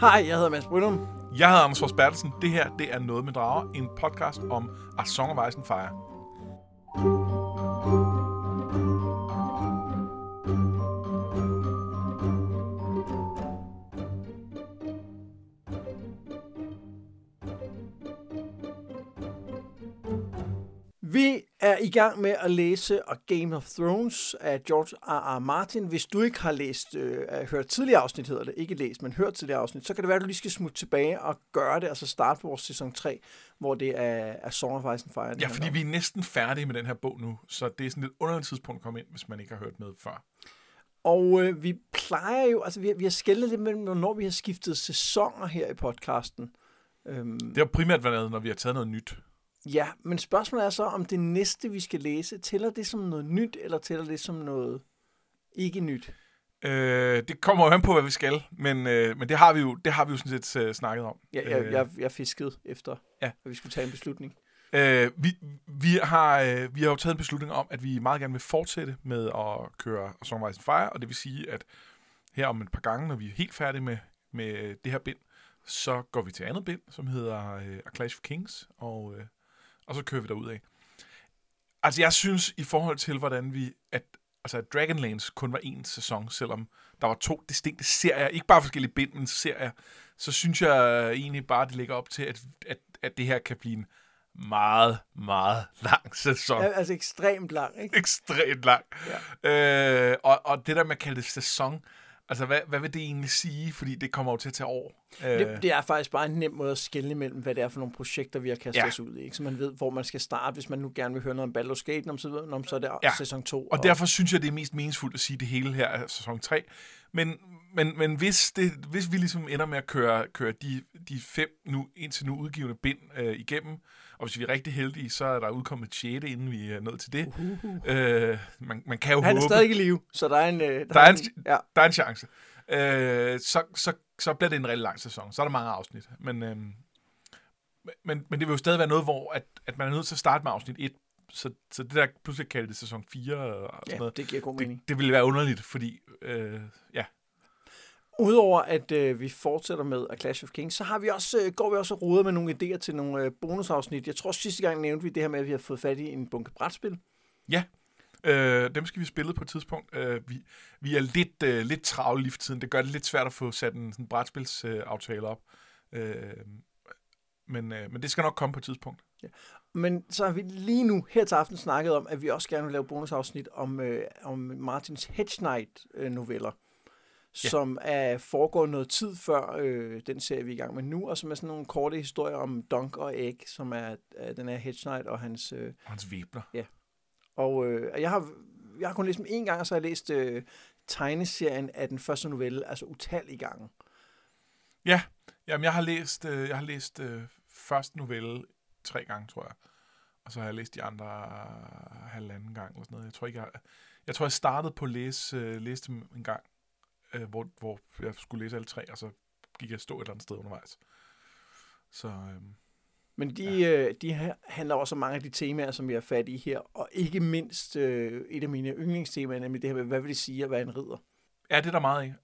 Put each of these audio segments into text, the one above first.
Hej, jeg hedder Mads Brynum. Jeg hedder Anders Fors Bertelsen. Det her, det er Noget med Drager, en podcast om A Song of Ice and Fire. Vi er i gang med at læse Game of Thrones af George R. R. Martin. Hvis du ikke har hørt tidligere afsnit, hedder det, ikke læst, men hørt tidligere afsnit, så kan det være, at du lige skal smutte tilbage og gøre det, og så starte på vores sæson 3, hvor det er A Song of Ice and Fire. Ja, fordi vi er næsten færdige med den her bog nu, så det er sådan et underligt tidspunkt at komme ind, hvis man ikke har hørt med før. Og vi plejer jo, altså vi har skelnet lidt mellem, når vi har skiftet sæsoner her i podcasten. Det har primært været, når vi har taget noget nyt. Ja, men spørgsmålet er så, om det næste, vi skal læse, tæller det som noget nyt, eller tæller det som noget ikke nyt? Det kommer jo an på, hvad vi skal, men det har vi jo sådan set snakket om. Ja, jeg fiskede efter, at vi skulle tage en beslutning. Vi har jo taget en beslutning om, at vi meget gerne vil fortsætte med at køre A Song of Ice and Fire, og det vil sige, at her om et par gange, når vi er helt færdige med det her bind, så går vi til andet bind, som hedder A Clash of Kings, og så kører vi derudad. Altså, jeg synes, i forhold til, hvordan at Dragonlance kun var én sæson, selvom der var 2 distinkte serier, ikke bare forskellige bind, men serier, så synes jeg egentlig bare, det ligger op til, at det her kan blive en meget, meget lang sæson. Ja, altså ekstremt lang, ikke? Ekstremt lang. Ja. Og det der med at kalde det sæson, altså, hvad vil det egentlig sige? Fordi det kommer jo til at tage år. Det er faktisk bare en nem måde at skelne mellem, hvad det er for nogle projekter, vi har kastet os ud i. Ikke? Så man ved, hvor man skal starte, hvis man nu gerne vil høre noget om Baldur's Gate, så er det sæson 2. Og derfor synes jeg, det er mest meningsfuldt at sige, det hele her er sæson 3. Men hvis vi ligesom ender med at køre de 5 indtil nu udgivende bind igennem, og hvis vi er rigtig heldige, så er der udkommet et 6. inden vi er nået til det. Man kan jo håbe. Han er stadig i live, så der er en chance. Så bliver det en rigtig lang sæson. Så er der mange afsnit. Men det vil jo stadig være noget, hvor at man er nødt til at starte med afsnit 1. Så det der pludselig kalder det sæson 4 og sådan noget. Det giver god mening. Det ville være underligt, fordi Udover at vi fortsætter med A Clash of Kings, så har vi også, går vi også og roder med nogle idéer til nogle bonusafsnit. Jeg tror sidste gang nævnte vi det her med, at vi har fået fat i en bunke brætspil. Ja, dem skal vi spille på et tidspunkt. Vi er lidt travle lige for tiden. Det gør det lidt svært at få sat en brætspilsaftale op. Men det skal nok komme på et tidspunkt. Ja. Men så har vi lige nu her til aften snakket om, at vi også gerne vil lave bonusafsnit om Martins Hedge Knight-noveller. Som foregår noget tid før den serie, vi er i gang med nu, og som er sådan nogle korte historier om Dunk og Egg, som er den her Hedge Knight og hans væbner. Ja. Og jeg har kun læst dem en gang, og så har jeg læst tegneserien af den første novelle, altså utallige gange. Ja, jamen jeg har læst første novelle 3 gange, tror jeg. Og så har jeg læst de andre halvanden gang eller sådan noget. Jeg tror jeg startede på at læse dem en gang, hvor jeg skulle læse alle 3, og så gik jeg stå et eller andet sted undervejs. Så, men de handler også om mange af de temaer, som vi har fat i her, og ikke mindst et af mine yndlingstemaer, nemlig det her med, hvad vil det sige at være en ridder? Ja, det er der meget i.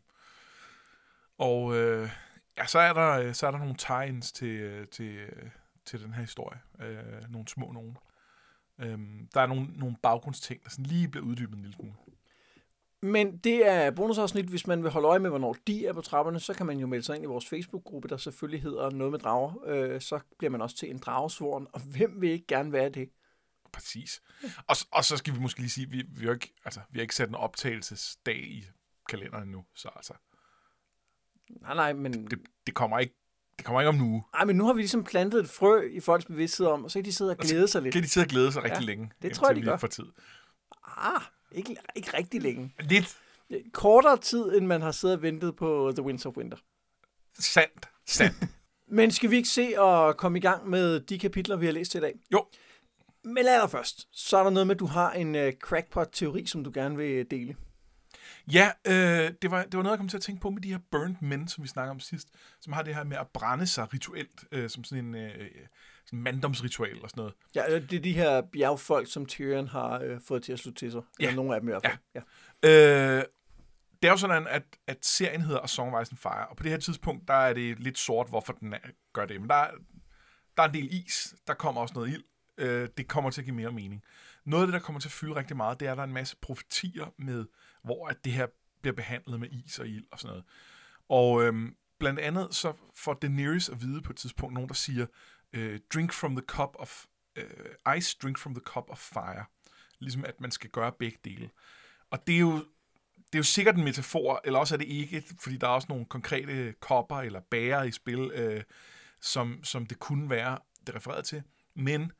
Så er der nogle tie-ins til den her historie. Nogle små nogen. Der er nogle baggrundsting, der sådan lige bliver uddybet en lille smule. Men det er bonusafsnit. Hvis man vil holde øje med, hvornår de er på trapperne, så kan man jo melde sig ind i vores Facebook-gruppe, der selvfølgelig hedder Noget med Drager. Så bliver man også til en dragesvoren, og hvem vil ikke gerne være det? Præcis. Og så skal vi måske lige sige, vi har ikke sat en optagelsesdag i kalenderen nu, så altså. Nej, men det kommer ikke om nu uge. Nej, men nu har vi ligesom plantet et frø i folks bevidsthed om, og så kan de sidde og glæde sig lidt. Kan de sidde og glæde sig rigtig længe. Det tror jeg, de gør. For tid. Ikke rigtig længe. Lidt. Kortere tid, end man har siddet og ventet på The Winds of Winter. Sandt. Men skal vi ikke se at komme i gang med de kapitler, vi har læst til i dag? Jo. Men allerførst, så er der noget med, at du har en crackpot-teori, som du gerne vil dele. Ja, det var noget, jeg kom til at tænke på med de her burnt men, som vi snakkede om sidst, som har det her med at brænde sig rituelt, som sådan en manddomsritual og sådan noget. Ja, det er de her bjergfolk, som Tyrion har fået til at slutte til sig. Ja. Eller nogle af dem i hvert fald. Ja. det er jo sådan, at serien hedder A Song of Ice and Fire, og på det her tidspunkt, der er det lidt sort, hvorfor den gør det. Men der er en del is, der kommer også noget ild. Det kommer til at give mere mening. Noget af det, der kommer til at fylde rigtig meget, det er, at der er en masse profetier med, hvor at det her bliver behandlet med is og ild og sådan noget. Og blandt andet så får Daenerys at vide på et tidspunkt, nogen der siger, drink from the cup of ice, drink from the cup of fire. Ligesom at man skal gøre begge dele. Og det er jo sikkert en metafor, eller også er det ikke, fordi der er også nogle konkrete kopper eller bærer i spil, som det kunne være, det refereret til. Men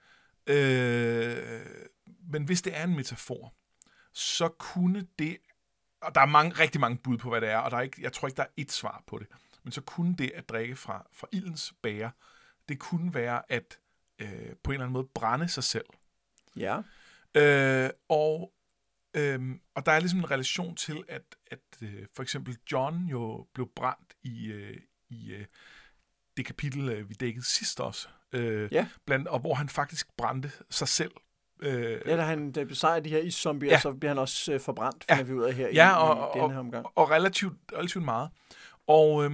hvis det er en metafor, så kunne det, og der er rigtig mange bud på, hvad det er, og jeg tror ikke, der er et svar på det, men så kunne det at drikke fra ildens bæger, det kunne være at på en eller anden måde brænde sig selv. Ja. Og der er ligesom en relation til, at for eksempel Jon jo blev brændt i det kapitel, vi dækkede sidst også. Og hvor han faktisk brændte sig selv. Da han besejrer de her iszombier, så bliver han også forbrændt, finder vi ud af her i denne her omgang. Og relativt meget. Og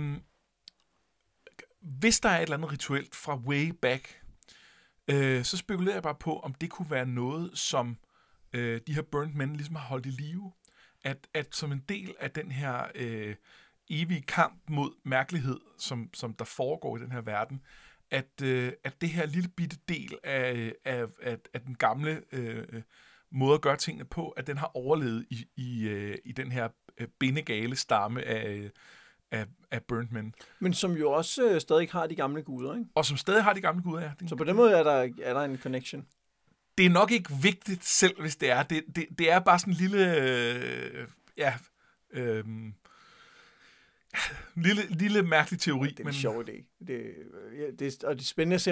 hvis der er et eller andet rituelt fra way back, så spekulerer jeg bare på, om det kunne være noget, som de her burnt men ligesom har holdt i live. At som en del af den her evige kamp mod mærkelighed, som der foregår i den her verden, at det her lille bitte del af den gamle måde at gøre tingene på, at den har overlevet i den her bindegale stamme af burnt men. Men som jo også stadig har de gamle guder, ikke? Og som stadig har de gamle guder, ja. Så på den måde er der en connection. Det er nok ikke vigtigt selv, hvis det er. Det er bare sådan en lille lille mærkelig teori. Det er en sjov idé. Og det er spændende at se,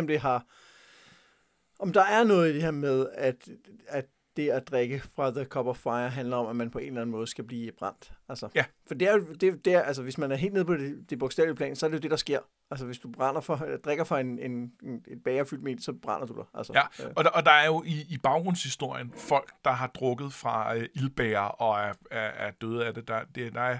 om der er noget i det her med, at det at drikke fra The Cup of Fire handler om, at man på en eller anden måde skal blive brændt. Altså, ja. For det er altså, hvis man er helt nede på det bogstavelige plan, så er det jo det, der sker. Altså, hvis du drikker fra et bager fyldt med, så brænder du dig. Altså, ja, og der er jo i baggrundshistorien folk, der har drukket fra ildbæger og er døde af det. Der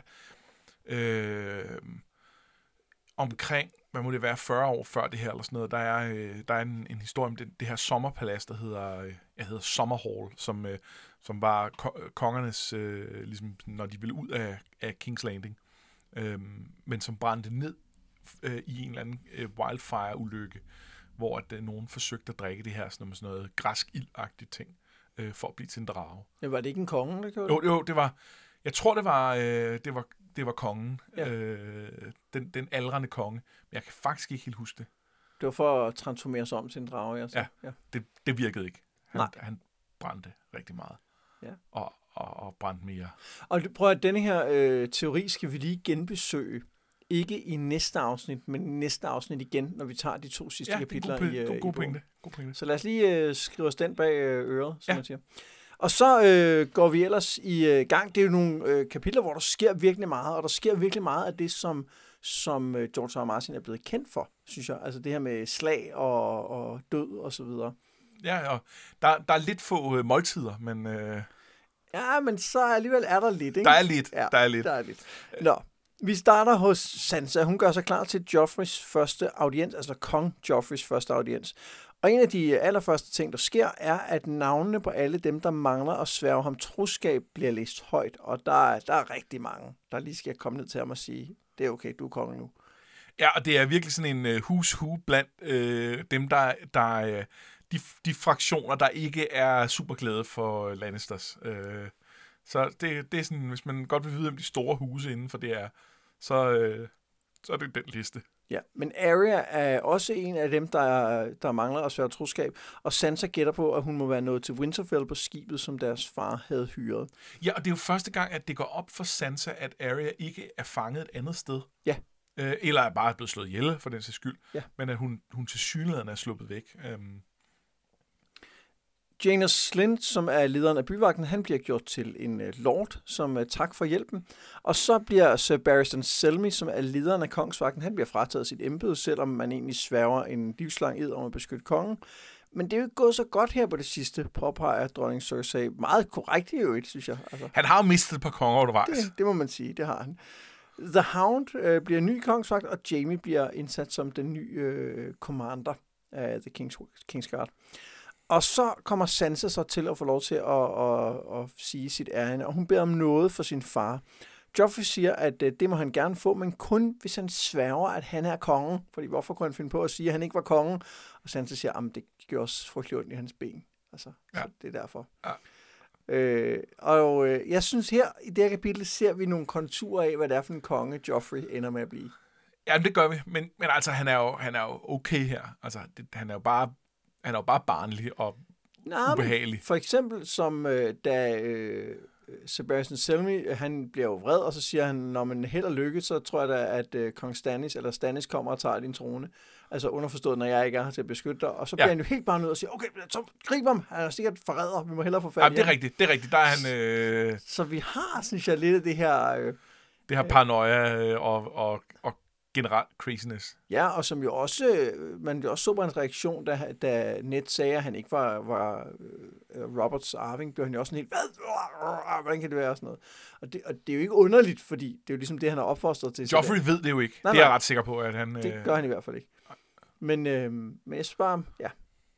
er omkring, hvad må det være, 40 år før det her, eller sådan noget, der er en historie om det her sommerpalads, der hedder Summerhall, som var kongernes, ligesom, når de ville ud af King's Landing, men som brændte ned i en eller anden wildfire-ulykke, hvor nogen forsøgte at drikke det her sådan noget græsk ildagtigt ting, for at blive til en drage. Ja, var det ikke en konge, der gjorde det? Jo, det var, jeg tror, det var kongen, den aldrende konge, men jeg kan faktisk ikke helt huske det. Det var for at transformere sig om til en drage, altså. Ja. Det virkede ikke. Han brændte rigtig meget. Ja. Og brændte mere. Og prøv at denne her teori skal vi lige genbesøge. Ikke i næste afsnit, men i næste afsnit igen, når vi tager de 2 sidste kapitler i god pointe. Så lad os lige skrive os den bag øret, som man siger. Og så går vi ellers i gang. Det er jo nogle kapitler, hvor der sker virkelig meget, og der sker virkelig meget af det, som George R. R. Martin er blevet kendt for, synes jeg. Altså det her med slag og død og så videre. Ja, og der er lidt få måltider, men... Ja, men så alligevel er der lidt, ikke? Der er lidt. Nå, vi starter hos Sansa. Hun gør sig klar til Joffreys første audiens, altså kong Joffreys første audiens. Og en af de allerførste ting, der sker, er, at navnene på alle dem, der mangler at sværge ham troskab, bliver læst højt. Og der er rigtig mange, der lige skal komme ned til ham og sige, det er okay, du er kongen nu. Ja, og det er virkelig sådan en who's who blandt dem, der de fraktioner, der ikke er super glade for Lannisters. Så det er sådan, hvis man godt vil vide om de store huse inden for det er, så er det den liste. Ja, men Arya er også en af dem, der mangler at sværge troskab, og Sansa gætter på, at hun må være nået til Winterfell på skibet, som deres far havde hyret. Ja, og det er jo første gang, at det går op for Sansa, at Arya ikke er fanget et andet sted. Ja. Eller er bare blevet slået ihjel, for den sags skyld. Ja. Men at hun tilsyneladende er sluppet væk. Janos Slynt, som er lederen af byvagten, han bliver gjort til en lord, som tak for hjælpen. Og så bliver Sir Barristan Selmy, som er lederen af kongsvagten, han bliver frataget sit embede, selvom man egentlig sværger en livslang ed om at beskytte kongen. Men det er jo ikke gået så godt her på det sidste, påpeger dronning Cersei. Meget korrekt i øvrigt, synes jeg. Altså, Han har jo mistet et par konger undervejs. det må man sige, det har han. The Hound bliver ny kongsvagt, og Jaime bliver indsat som den nye commander af The King's Guard. Og så kommer Sansa så til at få lov til at sige sit ærinde, og hun beder om noget for sin far. Joffrey siger, at det må han gerne få, men kun hvis han sværger, at han er kongen. Fordi hvorfor kunne han finde på at sige, at han ikke var kongen? Og Sansa siger, at det gjorde også frygtelig ondt i hans ben. Altså, ja. Så det er derfor. Ja. Jeg synes her, i det her kapitel, ser vi nogle konturer af, hvad det er for en konge, Joffrey ender med at blive. Ja, det gør vi. Men altså, han er jo okay her. Altså, han er jo bare barnlig og ubehagelig. For eksempel, som da Sebastian Selmy, han bliver jo vred, og så siger han, når man held og lykke, så tror jeg da, at kong Stannis, eller Stannis kommer og tager din trone. Altså underforstået, når jeg ikke er her til at beskytte dig. Og så bliver han jo helt bare nødt og siger, okay, så grib ham, han er sikkert forræder, vi må hellere få fat i ham. Det er rigtigt, der er han... Så vi har, synes jeg, lidt af det her... det her paranoia og generelt craziness. Ja, og som jo også, man jo også så på hans reaktion, da Ned sagde, at han ikke var Roberts arving, blev han jo også sådan helt, hvordan kan det være, og sådan noget. Og det er jo ikke underligt, fordi det er jo ligesom det, han har opfostret til. Joffrey ved det jo ikke. Nej. Det er jeg ret sikker på, at han... Det gør han i hvert fald ikke. Men jeg spørger, ja.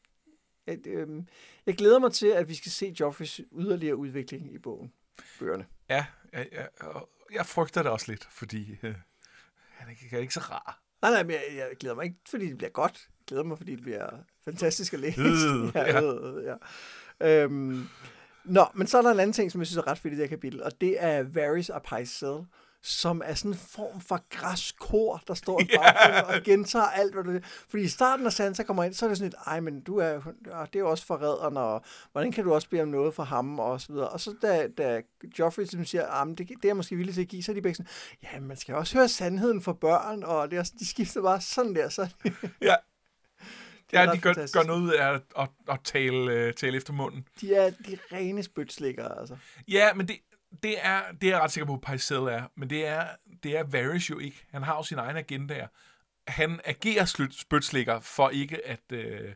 Jeg glæder mig til, at vi skal se Joffreys yderligere udvikling i bøgerne. Ja, jeg frygter det også lidt, fordi... Han er ikke så rar. Nej, men jeg glæder mig ikke, fordi det bliver godt. Jeg glæder mig, fordi det bliver fantastisk at læse. Ja. Men så er der en anden ting, som jeg synes er ret fedt i det her kapitel, og det er Varys og Pycelle, som er sådan en form for græskor, der står i baggrunden og gentager alt, hvad du... Fordi i starten, når Sansa kommer ind, så er det sådan et, men det er jo også forræderen, og hvordan kan du også bede om noget for ham, og så videre. Og så da Joffrey siger, det er jeg måske villig til at give, så er de begge sådan, ja, man skal også høre sandheden for børn, og det er, de skifter bare sådan der. Så. Ja. Ja, de gør noget ud af at tale efter munden. De er de rene spytslikkere, altså. Ja, men det er jeg ret sikker på, at Pycelle er, men det er Varys jo ikke. Han har jo sin egen agendaer. Han agerer spytslikker for ikke at...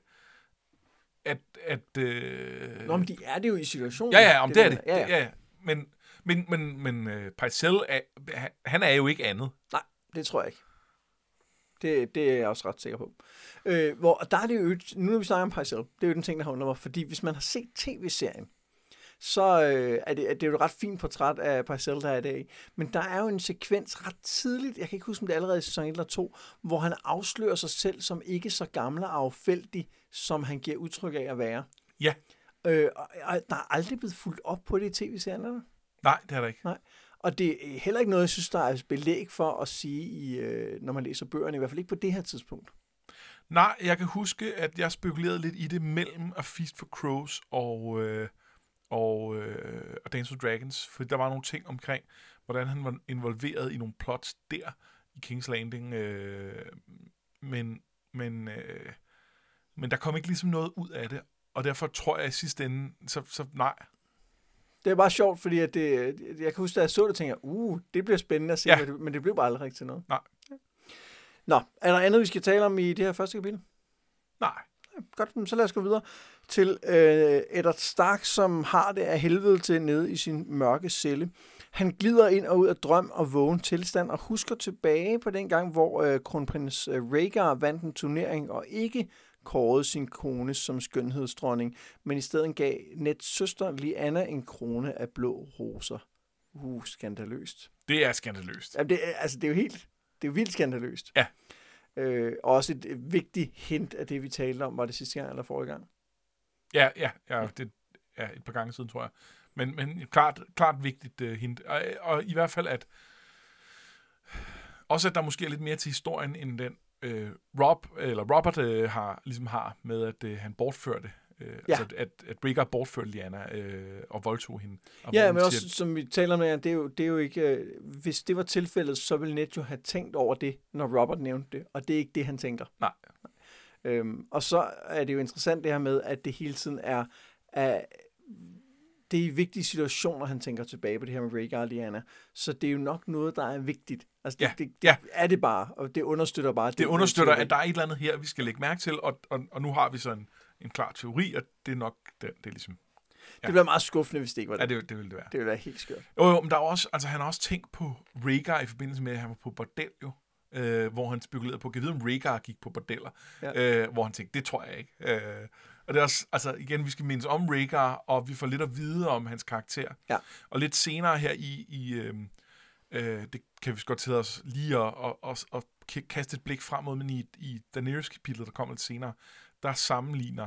Nå, men de er det jo i situationen. Ja, det er det. Ja. Men Pycelle, han er jo ikke andet. Nej, det tror jeg ikke. Det er jeg også ret sikker på. Og der er det jo, nu når vi snakker om Pycelle, det er jo den ting, der har undret mig, fordi hvis man har set tv-serien, så er det jo et ret fint portræt af Pycelle, der er i dag. Men der er jo en sekvens ret tidligt, jeg kan ikke huske, om det er allerede i sæson 1 eller 2, hvor han afslører sig selv som ikke så gammel og affældig, som han giver udtryk af at være. Ja. Og der er aldrig blevet fulgt op på det i tv-serien, eller? Nej, det er der ikke. Nej. Og det er heller ikke noget, jeg synes, der er belæg for at sige, når man læser bøgerne, i hvert fald ikke på det her tidspunkt. Nej, jeg kan huske, at jeg spekulerede lidt i det mellem A Feast for Crows og Dance with Dragons, for der var nogle ting omkring, hvordan han var involveret i nogle plots der i King's Landing, men der kom ikke ligesom noget ud af det, og derfor tror jeg i sidste ende, så nej. Det er bare sjovt, fordi at jeg kan huske, da jeg så det, tænkte jeg, det bliver spændende at se, men det blev bare aldrig rigtig til noget. Nej. Nå, er der andet, vi skal tale om i det her første kapitel? Nej. Godt, så lad os gå videre til Eddard Stark, som har det af helvede til nede i sin mørke celle. Han glider ind og ud af drøm og vågen tilstand og husker tilbage på den gang, hvor kronprins Rhaegar vandt en turnering og ikke kårede sin kone som skønhedsdronning, men i stedet gav Neds søster Lyanna en krone af blå roser. Skandaløst. Det er skandaløst. Jamen, det er jo vildt skandaløst. Ja. Også et vigtigt hint af det, vi talte om, var det sidste gang eller forrige gang? Ja, det er et par gange siden, tror jeg. Men klart vigtigt hint. Og i hvert fald, at der måske er lidt mere til historien, end den Robert har med, at han bortførte. Altså, at Rhaegar bortførte Lyanna og voldtog hende. Ja, men også, som vi taler om, det er jo ikke... hvis det var tilfældet, så ville Ned jo have tænkt over det, når Robert nævnte det, og det er ikke det, han tænker. Nej. Og så er det jo interessant det her med, at det hele tiden er det er i vigtige situationer, han tænker tilbage på det her med Rhaegar og Lyanna. Så det er jo nok noget, der er vigtigt Altså, det er det bare, og det understøtter bare. Det understøtter, at der er et eller andet her, vi skal lægge mærke til, og nu har vi så en klar teori, at det er nok det er ligesom... Ja. Det bliver meget skuffende, hvis det ikke var det. Ja, det ville det være. Det ville være helt skørt. Jo, men der er også, altså, han har også tænkt på Rhaegar i forbindelse med, at han var på bordel, jo. Hvor han spekulerede på, kan vide, om Rhaegar gik på bordeller. Ja. Hvor han tænkte, det tror jeg ikke. Og det er også, altså igen, vi skal mindes om Rhaegar, og vi får lidt at vide om hans karakter. Ja. Og lidt senere her det kan vi godt til os lige at kaste et blik fremad, men i Daenerys-kapitlet, der kommer lidt senere, der sammenligner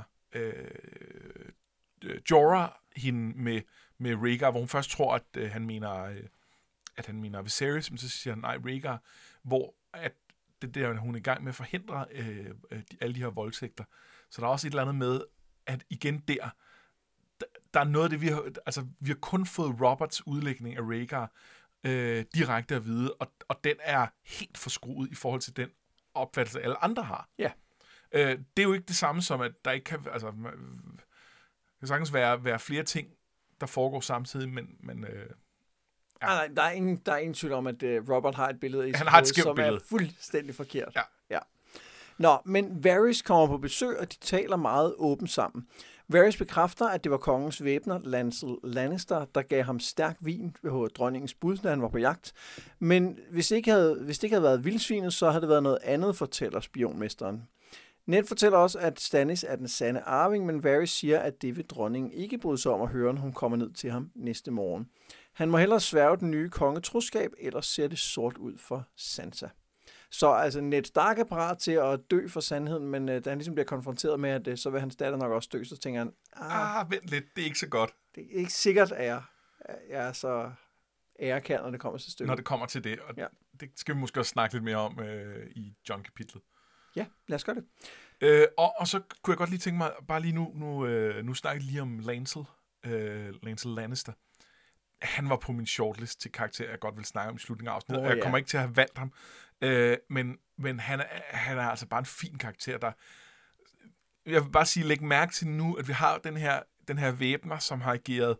Jorah hende med Rhaegar, hvor hun først tror, at han mener Viserys, men så siger han nej, Rhaegar, hvor at det der, hun er i gang med at forhindre alle de her voldtægter. Så der er også et eller andet med, at igen der er noget af det, vi har kun fået Roberts udlægning af Rhaegar direkte at vide, og den er helt forskruet i forhold til den opfattelse, alle andre har. Ja. Det er jo ikke det samme som, at der ikke kan... Altså, det kan sagtens være flere ting, der foregår samtidig, men ja. Nej, der er ingen tvivl om, at Robert har et billede i han har et skævt billede, som er fuldstændig forkert. Ja. Nå, men Varys kommer på besøg, og de taler meget åbent sammen. Varys bekræfter, at det var kongens væbner, Lancel Lannister, der gav ham stærk vin ved dronningens bud, da han var på jagt. Men hvis det ikke havde været vildsvinet, så havde det været noget andet, fortæller spionmesteren. Ned fortæller også, at Stannis er den sande arving, men Varys siger, at det vil dronningen ikke bryde sig om at høre, når hun kommer ned til ham næste morgen. Han må hellere sværge den nye kongetroskab, ellers ser det sort ud for Sansa. Så altså Ned Stark er parat til at dø for sandheden, men da han ligesom bliver konfronteret med, at så vil hans datter nok også dø, så tænker han, vent lidt, det er ikke så godt. Det er ikke sikkert, at jeg er så ærekær, når det kommer til stykket. Når det kommer til det, og det skal vi måske også snakke lidt mere om i Jon-kapitlet. Ja, lad os gøre det. Og så kunne jeg godt lige tænke mig, bare lige nu snakker jeg lige om Lancel Lannister. Han var på min shortlist til karakter, jeg godt vil snakke om i slutningen af afsnittet. Jeg kommer ikke til at have valgt ham. Men han er altså bare en fin karakter. Jeg vil bare sige, læg mærke til nu, at vi har den her væbner, som har ageret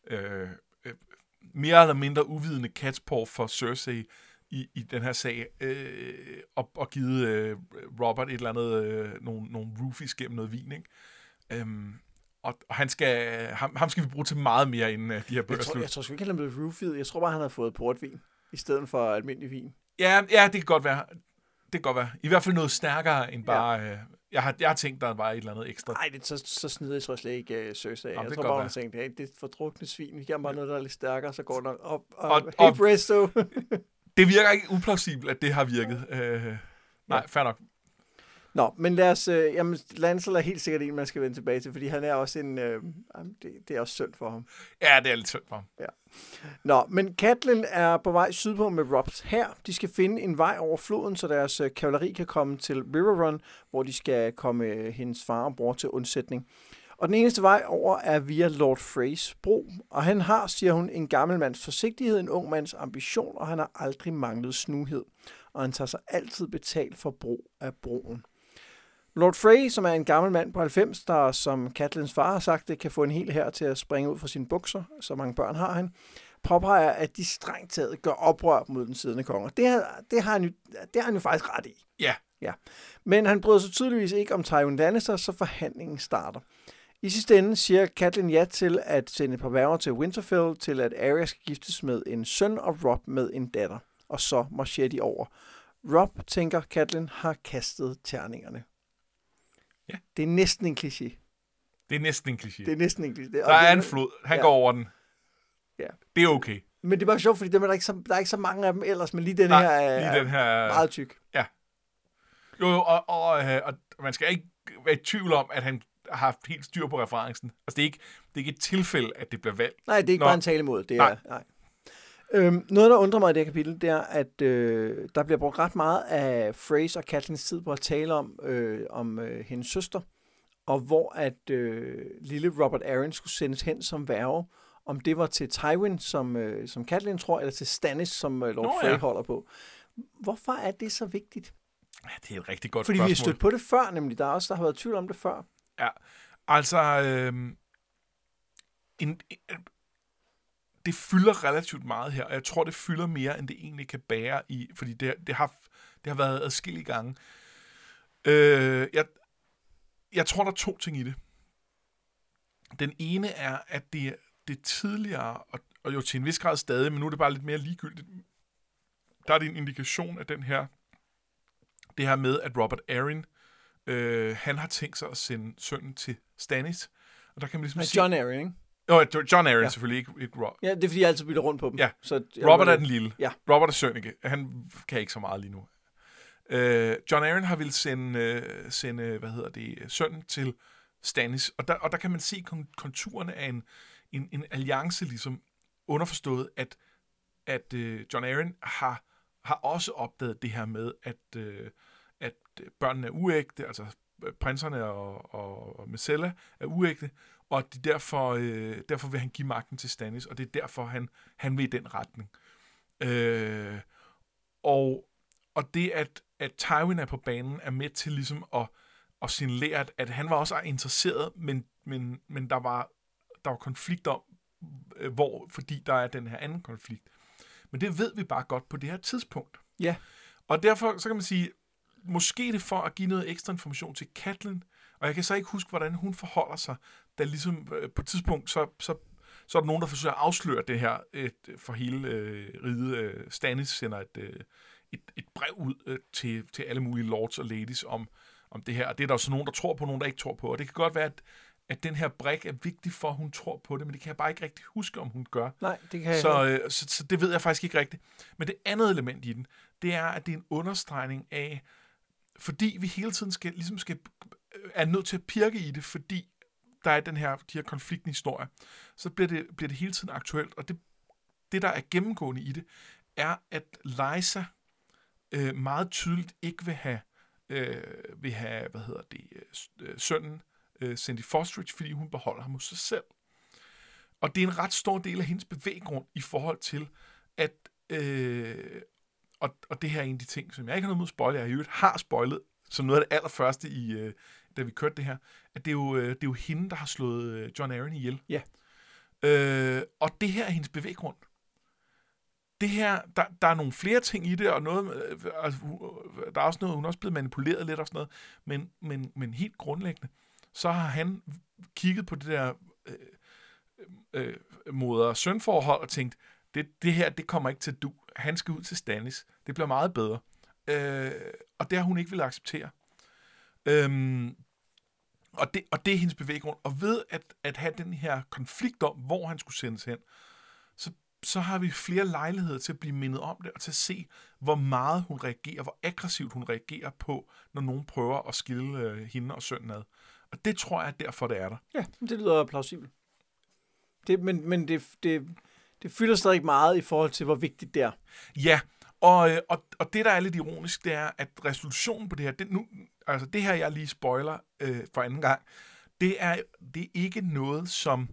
mere eller mindre uvidende catchpaw for Cersei i den her sag, og givet Robert et eller andet, nogle roofies gennem noget vin, ikke? Og ham skal vi bruge til meget mere, inden de her bøger slut. Jeg tror sgu ikke, han er blevet roofied. Jeg tror bare, han har fået portvin, i stedet for almindelig vin. Ja, det kan godt være. Det kan godt være. I hvert fald noget stærkere end bare... Jeg har tænkt, der var et eller andet ekstra. Nej, så snider jeg tror jeg slet ikke Cersei. Jeg tror bare, hun tænkte, hey, det er fordrukne svin. Vi giver bare noget, der er lidt stærkere, så går det nok op. Hey, Presto! Det virker ikke uplausibelt, at det har virket. Nej, fair nok. Nå, men lad os... Lancel er helt sikkert en, man skal vende tilbage til, fordi han er også en... det er også synd for ham. Ja, det er lidt synd for ham. Ja. Nå, men Catelyn er på vej sydpå med Robs hær. De skal finde en vej over floden, så deres kavaleri kan komme til River Run, hvor de skal komme hendes far og bror til undsætning. Og den eneste vej over er via Lord Freys bro. Og han har, siger hun, en gammel mands forsigtighed, en ung mands ambition, og han har aldrig manglet snuhed. Og han tager sig altid betalt for brug af broen. Lord Frey, som er en gammel mand på 90, der som Catelyns far har sagt, det kan få en hel hær til at springe ud fra sine bukser, så mange børn har han, påpeger, at de strengt taget gør oprør mod den siddende konge. Det har han jo faktisk ret i. Ja. Men han bryder sig tydeligvis ikke om Tywin Lannister, så forhandlingen starter. I sidste ende siger Catelyn ja til at sende et par værger til Winterfell, til at Arya skal giftes med en søn og Robb med en datter. Og så marcherer de over. Robb, tænker Catelyn, har kastet terningerne. Ja. Det er næsten en kliché. Det er næsten en kliché. Der er en flod. Han går over den. Ja. Det er okay. Men det er bare sjovt, fordi der er ikke så mange af dem ellers, men lige den her er meget tyk. Ja. Jo, og man skal ikke være i tvivl om, at han har haft helt styr på referencen. Altså, det er ikke et tilfælde, at det bliver valgt. Nej, det er ikke bare en tale imod. Det er, nej. Noget, der undrer mig i det her kapitel, det er, at der bliver brugt ret meget af Freys og Catelyns tid på at tale om hendes søster, og hvor at lille Robert Arryn skulle sendes hen som værge, om det var til Tywin, som Catelyn tror, eller til Stannis, som Lord Frey holder på. Hvorfor er det så vigtigt? Ja, det er et rigtig godt spørgsmål. Fordi vi har stødt på det før, nemlig. Der har været tvivl om det før. Ja, altså... det fylder relativt meget her, og jeg tror, det fylder mere, end det egentlig kan bære i, fordi det har været adskillige gange. Jeg tror, der er 2 ting i det. Den ene er, at det tidligere, og jo til en vis grad stadig, men nu er det bare lidt mere ligegyldigt, der er det en indikation af det her med, at Robert Arryn, han har tænkt sig at sende sønnen til Stannis, og der kan man ligesom sige... John Arryn, ikke? John Arryn selvfølgelig, ikke Rob. Ja, det er fordi, jeg altid bytter rundt på dem. Ja, så Robert er den lille. Ja. Robert er søn, ikke? Han kan ikke så meget lige nu. John Arryn har ville sende sønnen til Stannis, og der kan man se konturerne af en alliance, ligesom underforstået, at John Arryn har også opdaget det her med, at børnene er uægte, altså prinserne og Myrcella er uægte, og at derfor vil han give magten til Stannis, og det er derfor, han vil i den retning. Og det, at Tywin er på banen, er med til ligesom at signalere, at han var også interesseret, men der var konflikt om, fordi der er den her anden konflikt. Men det ved vi bare godt på det her tidspunkt. Ja. Og derfor så kan man sige, måske det for at give noget ekstra information til Catelyn, og jeg kan så ikke huske, hvordan hun forholder sig, da ligesom på et tidspunkt, så er der nogen, der forsøger at afsløre det her for hele riget. Stannis sender et brev ud til alle mulige lords og ladies om det her, og det er der jo så nogen, der tror på, nogen, der ikke tror på, og det kan godt være, at den her brik er vigtig for, at hun tror på det, men det kan jeg bare ikke rigtig huske, om hun gør. Nej, det kan jeg så det ved jeg faktisk ikke rigtigt. Men det andet element i den, det er, at det er en understregning af, fordi vi hele tiden er nødt til at pirke i det, fordi der er de her konfliktende historier, så bliver det hele tiden aktuelt, og det der er gennemgående i det, er, at Lysa meget tydeligt ikke vil have sønnen sendt i fosterage, fordi hun beholder ham hos sig selv. Og det er en ret stor del af hendes bevæggrund i forhold til, at og det her er en af de ting, som jeg ikke har noget mod at spoile, jeg i øvrigt har spoilet, som noget af det allerførste, da vi kørte det her, at det er jo hende, der har slået John Arryn ihjel. Ja. Og det her er hendes bevæggrund. Det her, der er nogle flere ting i det, og noget, altså, der er også noget, hun er også blevet manipuleret lidt og sådan noget, men helt grundlæggende, så har han kigget på det der moder-søn-forhold og tænkt, det her, det kommer ikke til at du. Han skal ud til Stannis. Det bliver meget bedre. Og det har hun ikke vil acceptere. Og det er hendes bevæggrund. Og ved at have den her konflikt om, hvor han skulle sendes hen, så har vi flere lejligheder til at blive mindet om det, og til at se, hvor meget hun reagerer, hvor aggressivt hun reagerer på, når nogen prøver at skille hende og sønnen ad. Og det tror jeg, derfor det er der. Ja, det lyder plausibelt. Men det fylder stadig meget i forhold til, hvor vigtigt det er. Ja, og det, der er lidt ironisk, det er, at resolutionen på det her, det her, jeg lige spoiler for anden gang, det er ikke noget, som...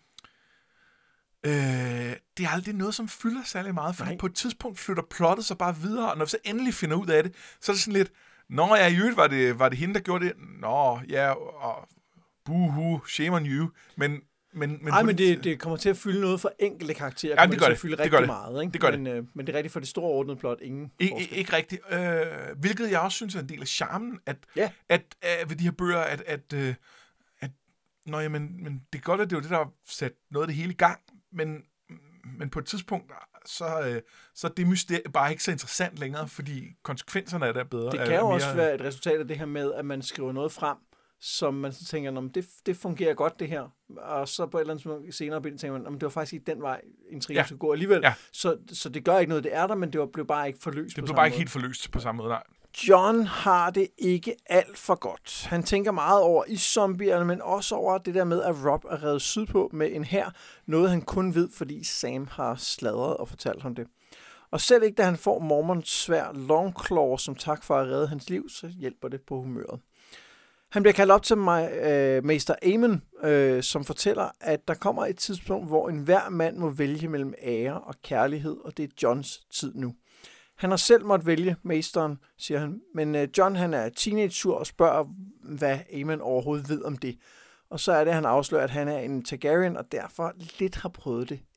det er aldrig noget, som fylder særlig meget, for på et tidspunkt flytter plottet sig bare videre, og når vi så endelig finder ud af det, så er det sådan lidt, nå ja, i øvrigt var det hende, der gjorde det, nå ja, og buhu, shame on you, men det kommer til at fylde noget for enkelte karakterer. Ja, det gør det. Fylde rigtig meget, ikke? Det gør det. Men det er rigtigt for det store ordnede plot, ingen forskel. Ikke rigtigt. Hvilket jeg også synes er en del af charmen, at ved de her bøger, men det er godt, at det var det, der har sat noget af det hele i gang, men på et tidspunkt, så er det mysterie bare ikke så interessant længere, fordi konsekvenserne af det er bedre. Det kan jo også være et resultat af det her med, at man skriver noget frem, som man så tænker, det fungerer godt det her, og så på et eller andet senere tænker man, det var faktisk ikke den vej, intrigen skulle gå alligevel. Ja. Så det gør ikke noget, det er der, men det blev bare ikke forløst. Det blev bare ikke helt forløst på samme måde, nej. John har det ikke alt for godt. Han tænker meget over zombierne, men også over det der med, at Rob er revet sydpå med en hær. Noget han kun ved, fordi Sam har sladret og fortalt ham det. Og selv ikke da han får Mormonts sværd Longclaw som tak for at redde hans liv, så hjælper det på humøret. Han bliver kaldt op til Mester Aemon, som fortæller, at der kommer et tidspunkt, hvor enhver mand må vælge mellem ære og kærlighed, og det er Johns tid nu. Han har selv måttet vælge mesteren, siger han, men John han er teenage-sur og spørger, hvad Aemon overhovedet ved om det. Og så er det, han afslører, at han er en Targaryen, og derfor lidt har prøvet det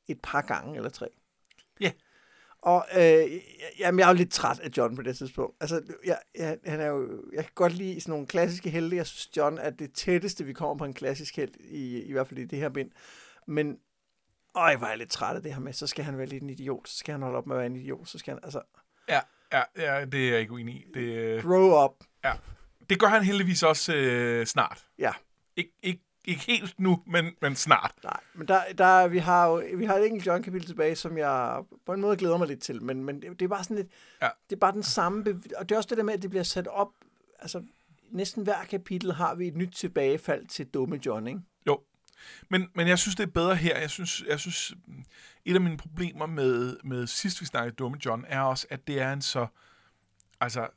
et par gange eller 3. Ja. Og jamen, jeg er jo lidt træt af John på det tidspunkt. Altså, han er jo, jeg kan godt lide sådan nogle klassiske helte. Jeg synes, John er det tætteste, vi kommer på en klassisk helt, i hvert fald i det her bind. Men, jeg var lidt træt af det her med, så skal han være lidt en idiot, så skal han holde op med at være en idiot, så skal han, altså... Ja, det er jeg ikke uenig i. Grow up. Ja. Det gør han heldigvis også snart. Ja. Ikke helt nu, men snart. Nej, men vi har et enkelt John-kapitel tilbage, som jeg på en måde glæder mig lidt til, men det er bare sådan lidt, det er bare den samme, og det er også det der med, at det bliver sat op, altså næsten hver kapitel har vi et nyt tilbagefald til dumme John, ikke? Jo, men jeg synes, det er bedre her. Jeg synes et af mine problemer med sidst vi snakkede dumme John, er også, at det er en så, altså,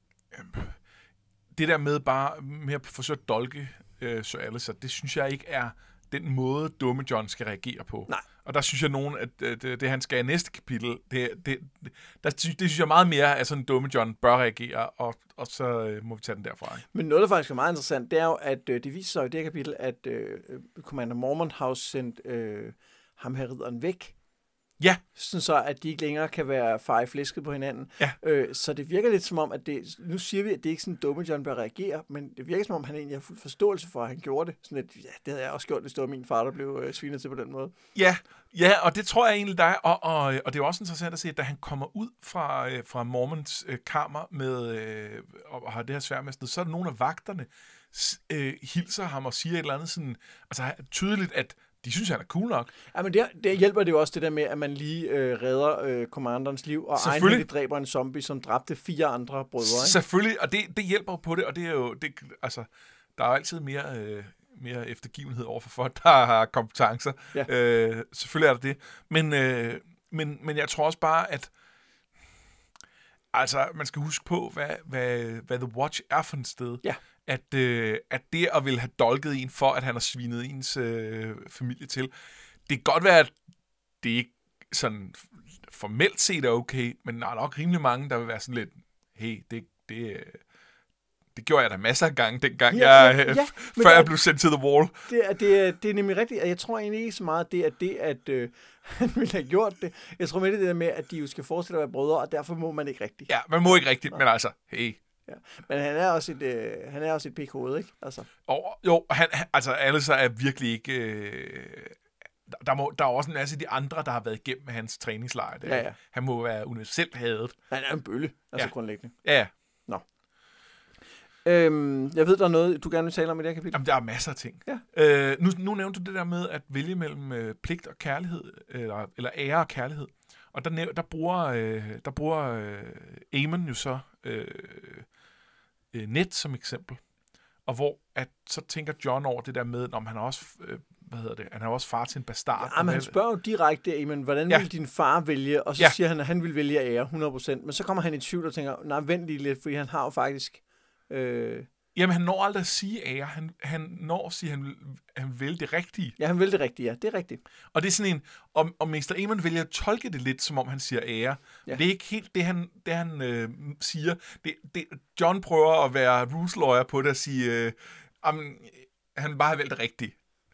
det der med bare med at forsøge at dolke Sir Alistair, det synes jeg ikke er den måde, dumme John skal reagere på. Nej. Og der synes jeg at det han skal i næste kapitel, det synes jeg meget mere, at sådan en dumme John bør reagere, og så må vi tage den derfra. Ikke? Men noget, der faktisk er meget interessant, det er jo, at det viser sig i det her kapitel, at Commander Mormont har sendt ham her ridderen væk. Ja. Sådan så, at de ikke længere kan være fare flæsket på hinanden. Ja. Så det virker lidt som om, at nu siger vi, at det ikke sådan dumme John bør reagere, men det virker som om, han egentlig har fuld forståelse for, at han gjorde det. Sådan at, ja, det havde jeg også gjort, hvis det var min far, der blev svinet til på den måde. Ja, og det tror jeg egentlig, der er. Og det er jo også interessant at se, at da han kommer ud fra Mormonts kammer med, og har det her sværd, så er der nogle af vagterne hilser ham og siger et eller andet sådan, altså tydeligt, at de synes, han er cool nok. Ja, men det hjælper det jo også det der med, at man lige redder commanderens liv, og egenhændigt dræber en zombie, som dræbte 4 andre brødre. Ikke? Selvfølgelig, og det hjælper på det, og det er jo, altså, der er jo altid mere eftergivenhed over for folk, der har kompetencer. Ja. Selvfølgelig er der det. Men jeg tror også bare, at altså, man skal huske på, hvad The Watch er for et sted. Ja. At det at ville have dolket en for, at han har svinet ens familie til, det kan godt være, at det ikke sådan formelt set er okay, men der er nok rimelig mange, der vil være sådan lidt, hey, det gjorde jeg da masser af gange, dengang før jeg blev sendt til The Wall. Det er nemlig rigtigt, og jeg tror egentlig ikke så meget, at han ville have gjort det. Jeg tror med det der med, at de jo skal forestille at være brødre, og derfor må man ikke rigtigt. Ja, man må ikke rigtigt, men altså, hey. Ja. Men han er også et pik-hoved, ikke? Altså. Jo, altså Alistair er virkelig ikke... Der er også en masse af de andre, der har været igennem hans træningslejr. Ja. Han må være universelt hadet. Han er en bølle, altså grundlæggende. Ja. Nå. Jeg ved, der er noget, du gerne vil tale om i det her kapitel. Jamen, der er masser af ting. Ja. Nu nævnte du det der med at vælge mellem pligt og kærlighed, eller ære og kærlighed. Og der bruger Aemon jo så Ned som eksempel. Og hvor at så tænker John over det der med, om han har også han er også far til en bastard. Ja, men han spørger jo direkte Aemon, hvordan vil din far vælge? Og så siger han, at han vil vælge ære 100%. Men så kommer han i tvivl og tænker, nej, vent lige lidt, fordi han har jo faktisk... Jamen, han når aldrig at sige ære. Han når at sige, at han vil det rigtige. Ja, han vil det rigtige, ja. Det er rigtigt. Og det er sådan en... Og Mr. Aemon vælger at tolke det lidt, som om han siger ære. Ja. Det er ikke helt det, han siger. John prøver at være rules-lawyer på det og sige, han vil bare have valgt det rigtige.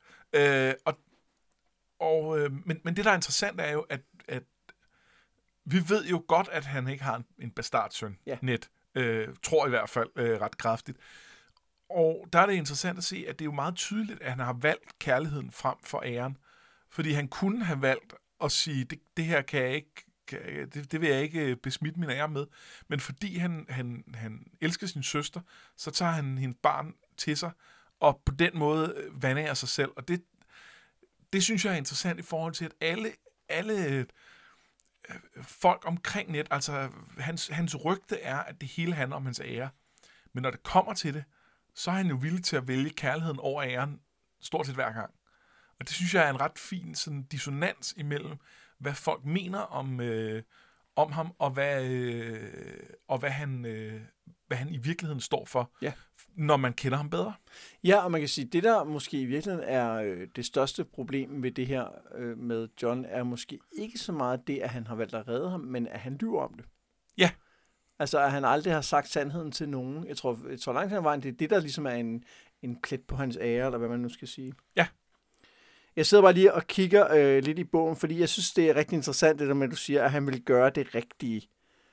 Men det, der er interessant, er jo, at vi ved jo godt, at han ikke har en bastardsøn, Ned. Tror i hvert fald ret kraftigt. Og der er det interessant at se, at det er jo meget tydeligt, at han har valgt kærligheden frem for æren. Fordi han kunne have valgt at sige, det her kan jeg ikke, det vil jeg ikke besmitte min ære med. Men fordi han elsker sin søster, så tager han hendes barn til sig, og på den måde vandrer sig selv. Og det synes jeg er interessant i forhold til, at alle folk omkring Ned, altså hans rygte er, at det hele handler om hans ære. Men når det kommer til det, så er han jo villig til at vælge kærligheden over æren stort set hver gang. Og det synes jeg er en ret fin sådan dissonans imellem, hvad folk mener om ham, og hvad han i virkeligheden står for, når man kender ham bedre. Ja, og man kan sige, det der måske i virkeligheden er det største problem ved det her med John, er måske ikke så meget det, at han har valgt at redde ham, men at han lyver om det. Ja. Altså, at han aldrig har sagt sandheden til nogen. Jeg tror langt hen ad vejen, det er det, der ligesom er en plet på hans ære, eller hvad man nu skal sige. Ja. Jeg sidder bare lige og kigger lidt i bogen, fordi jeg synes, det er rigtig interessant, det der med, at du siger, at han vil gøre det rigtige.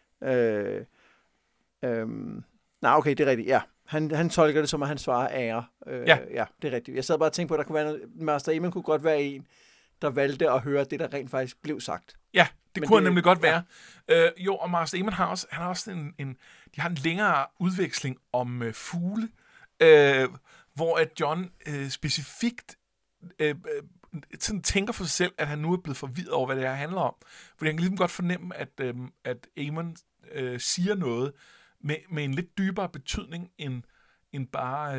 Nej, okay, det er rigtigt, ja. Han tolker det som, at han svarer ære. Ja, det er rigtigt. Jeg sad bare og tænkte på, at der kunne være noget, Master Aemon kunne godt være en, der valgte at høre det, der rent faktisk blev sagt. Ja, det kunne nemlig godt være. Jo, og Master Aemon har også de har en længere udveksling om fugle, hvor at Jon specifikt sådan tænker for sig selv, at han nu er blevet forvirret over, hvad det her handler om. Fordi han kan ligesom godt fornemme, at Aemon siger noget med en lidt dybere betydning end bare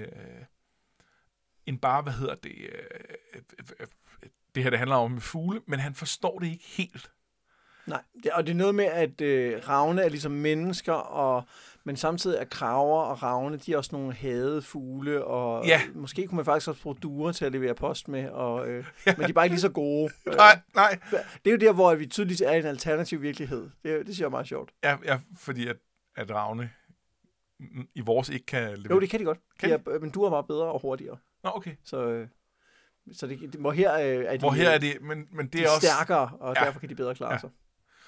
hvad hedder det, det her, det handler om med fugle, men han forstår det ikke helt. Nej, og det er noget med, at ravne er ligesom mennesker, men samtidig er kraver og ravne, de er også nogle hadede fugle, og måske kunne man faktisk også bruge duer til at levere post med, men de er bare ikke lige så gode. Nej. Det er jo der, hvor vi tydeligt er i en alternativ virkelighed. Det synes jeg er meget sjovt. Ja, fordi at ravne i vores ikke kan levere. Jo, det kan de godt. Men duer er bare bedre og hurtigere. Nå, okay. Så det, hvor her er de, hvor her er det, men det de er også stærkere, og derfor kan de bedre klare sig.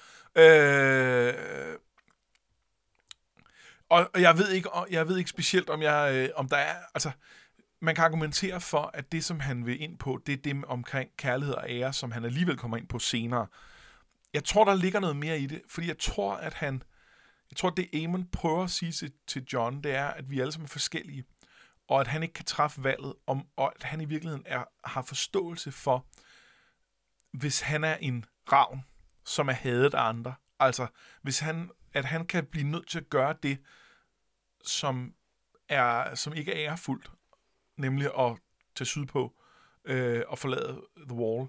Og jeg ved ikke specielt om der er, altså man kan argumentere for, at det som han vil ind på, det er det omkring kærlighed og ære, som han alligevel kommer ind på senere. Jeg tror der ligger noget mere i det, fordi jeg tror det Aemon prøver at sige til Jon, det er at vi alle sammen er forskellige, og at han ikke kan træffe valget og at han i virkeligheden har forståelse for, hvis han er en ravn, som er hadet af andre. Altså, at han kan blive nødt til at gøre det, som ikke er ærefuldt, nemlig at tage sydpå og forlade The Wall.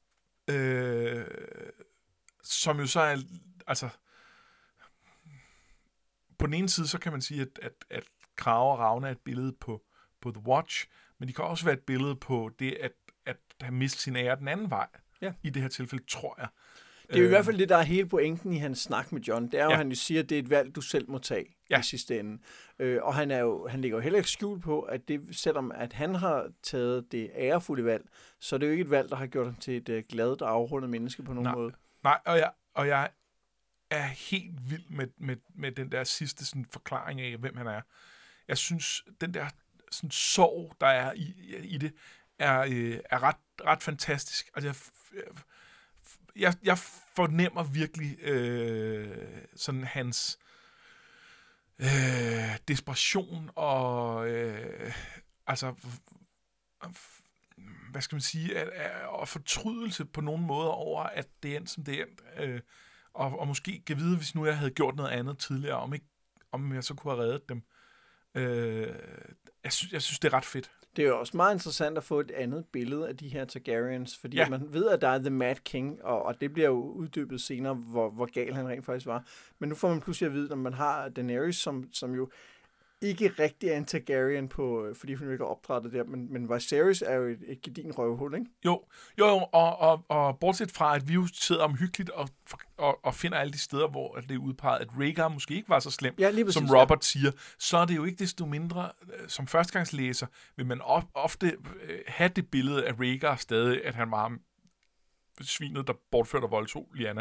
Som jo så er, altså, på den ene side, så kan man sige, at Krage og Ravne er et billede på The Watch, men de kan også være et billede på det, at have mistet sin ære den anden vej. Ja. I det her tilfælde, tror jeg. Det er jo i hvert fald det, der er hele pointen i hans snak med Jon. Det er jo, han jo siger, at det er et valg, du selv må tage i sidste ende. Og han ligger jo heller ikke skjult på, at det, selvom at han har taget det ærefulde valg, så er det jo ikke et valg, der har gjort ham til et gladt og afrundet menneske på nogen måde. Nej, og jeg er helt vild med den der sidste sådan, forklaring af, hvem han er. Jeg synes, den der sådan, sorg, der er i det, er ret fantastisk. Altså, jeg fornemmer virkelig sådan hans desperation og altså hvad skal man sige og fortrydelse på nogle måder over at det endte som det endte og måske kan vide, hvis nu jeg havde gjort noget andet tidligere, om jeg så kunne have reddet dem. Jeg synes det er ret fedt. Det er jo også meget interessant at få et andet billede af de her Targaryens, fordi man ved, at der er The Mad King, og det bliver jo uddybet senere, hvor gal han rent faktisk var. Men nu får man pludselig at vide, at man har Daenerys, som jo ikke rigtig er en Targaryen, fordi hun ikke er opdrættet der, men Viserys er jo et gedin røvhul, ikke? Jo, og bortset fra, at vi jo sidder omhyggeligt og finder alle de steder, hvor det er udpeget, at Rhaegar måske ikke var så slem, som Robert siger, så er det jo ikke desto mindre, som førstegangslæser, vil man ofte have det billede af Rhaegar stadig, at han var svinet, der bortførte og voldtog Lyanna.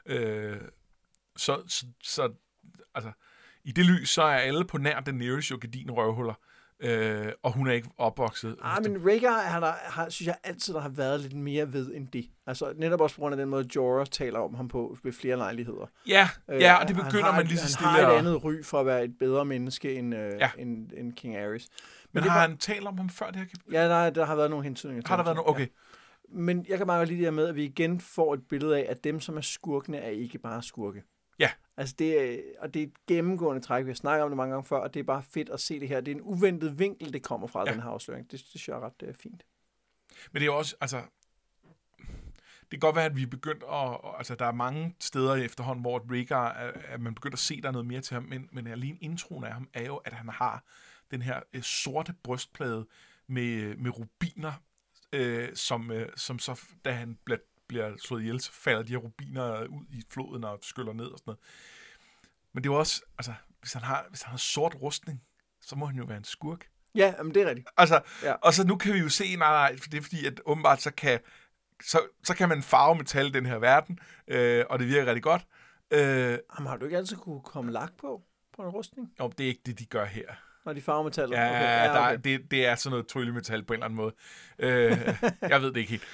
Så altså, i det lys, så er alle på nær Daenerys jo gedin-røvhuller, og hun er ikke opvokset. Men Rhaegar synes jeg altid, der har været lidt mere ved end det. Altså netop også på grund af den måde, Jorah taler om ham på ved flere lejligheder. Ja, og det begynder man lige så stille. Han har et andet ry for at være et bedre menneske end King Aerys. Men har han talt om ham før det her? Ja, der har været nogle hentydninger. Har der været nogle? Okay. Ja. Men jeg kan bare lige det her med, at vi igen får et billede af, at dem, som er skurkene, er ikke bare skurke. Ja. Altså det er et gennemgående træk. Vi har snakket om det mange gange før, og det er bare fedt at se det her. Det er en uventet vinkel, det kommer fra, den her afsløring. Det synes jeg er ret fint. Men det er jo også, altså, det kan godt være, at vi er begyndt altså der er mange steder efterhånden, hvor Rhaegar, at man begynder at se, der er noget mere til ham, men alene introen af ham er jo, at han har den her sorte brystplade med rubiner, som så, da han bliver slået ihjel, så falder de her rubiner ud i floden og skyller ned og sådan noget. Men det er jo også, altså, hvis han har sort rustning, så må han jo være en skurk. Ja, men det er rigtigt. Altså, Ja. og så nu kan vi jo se, nej, for det er fordi, at åbenbart så kan man farve metal i den her verden, og det virker rigtig godt. Jamen, har du ikke altid kunne komme lak på en rustning? Jo, det er ikke det, de gør her. Når de farver metallet? Ja, okay. det er sådan noget tryllemetal på en eller anden måde. Jeg ved det ikke helt.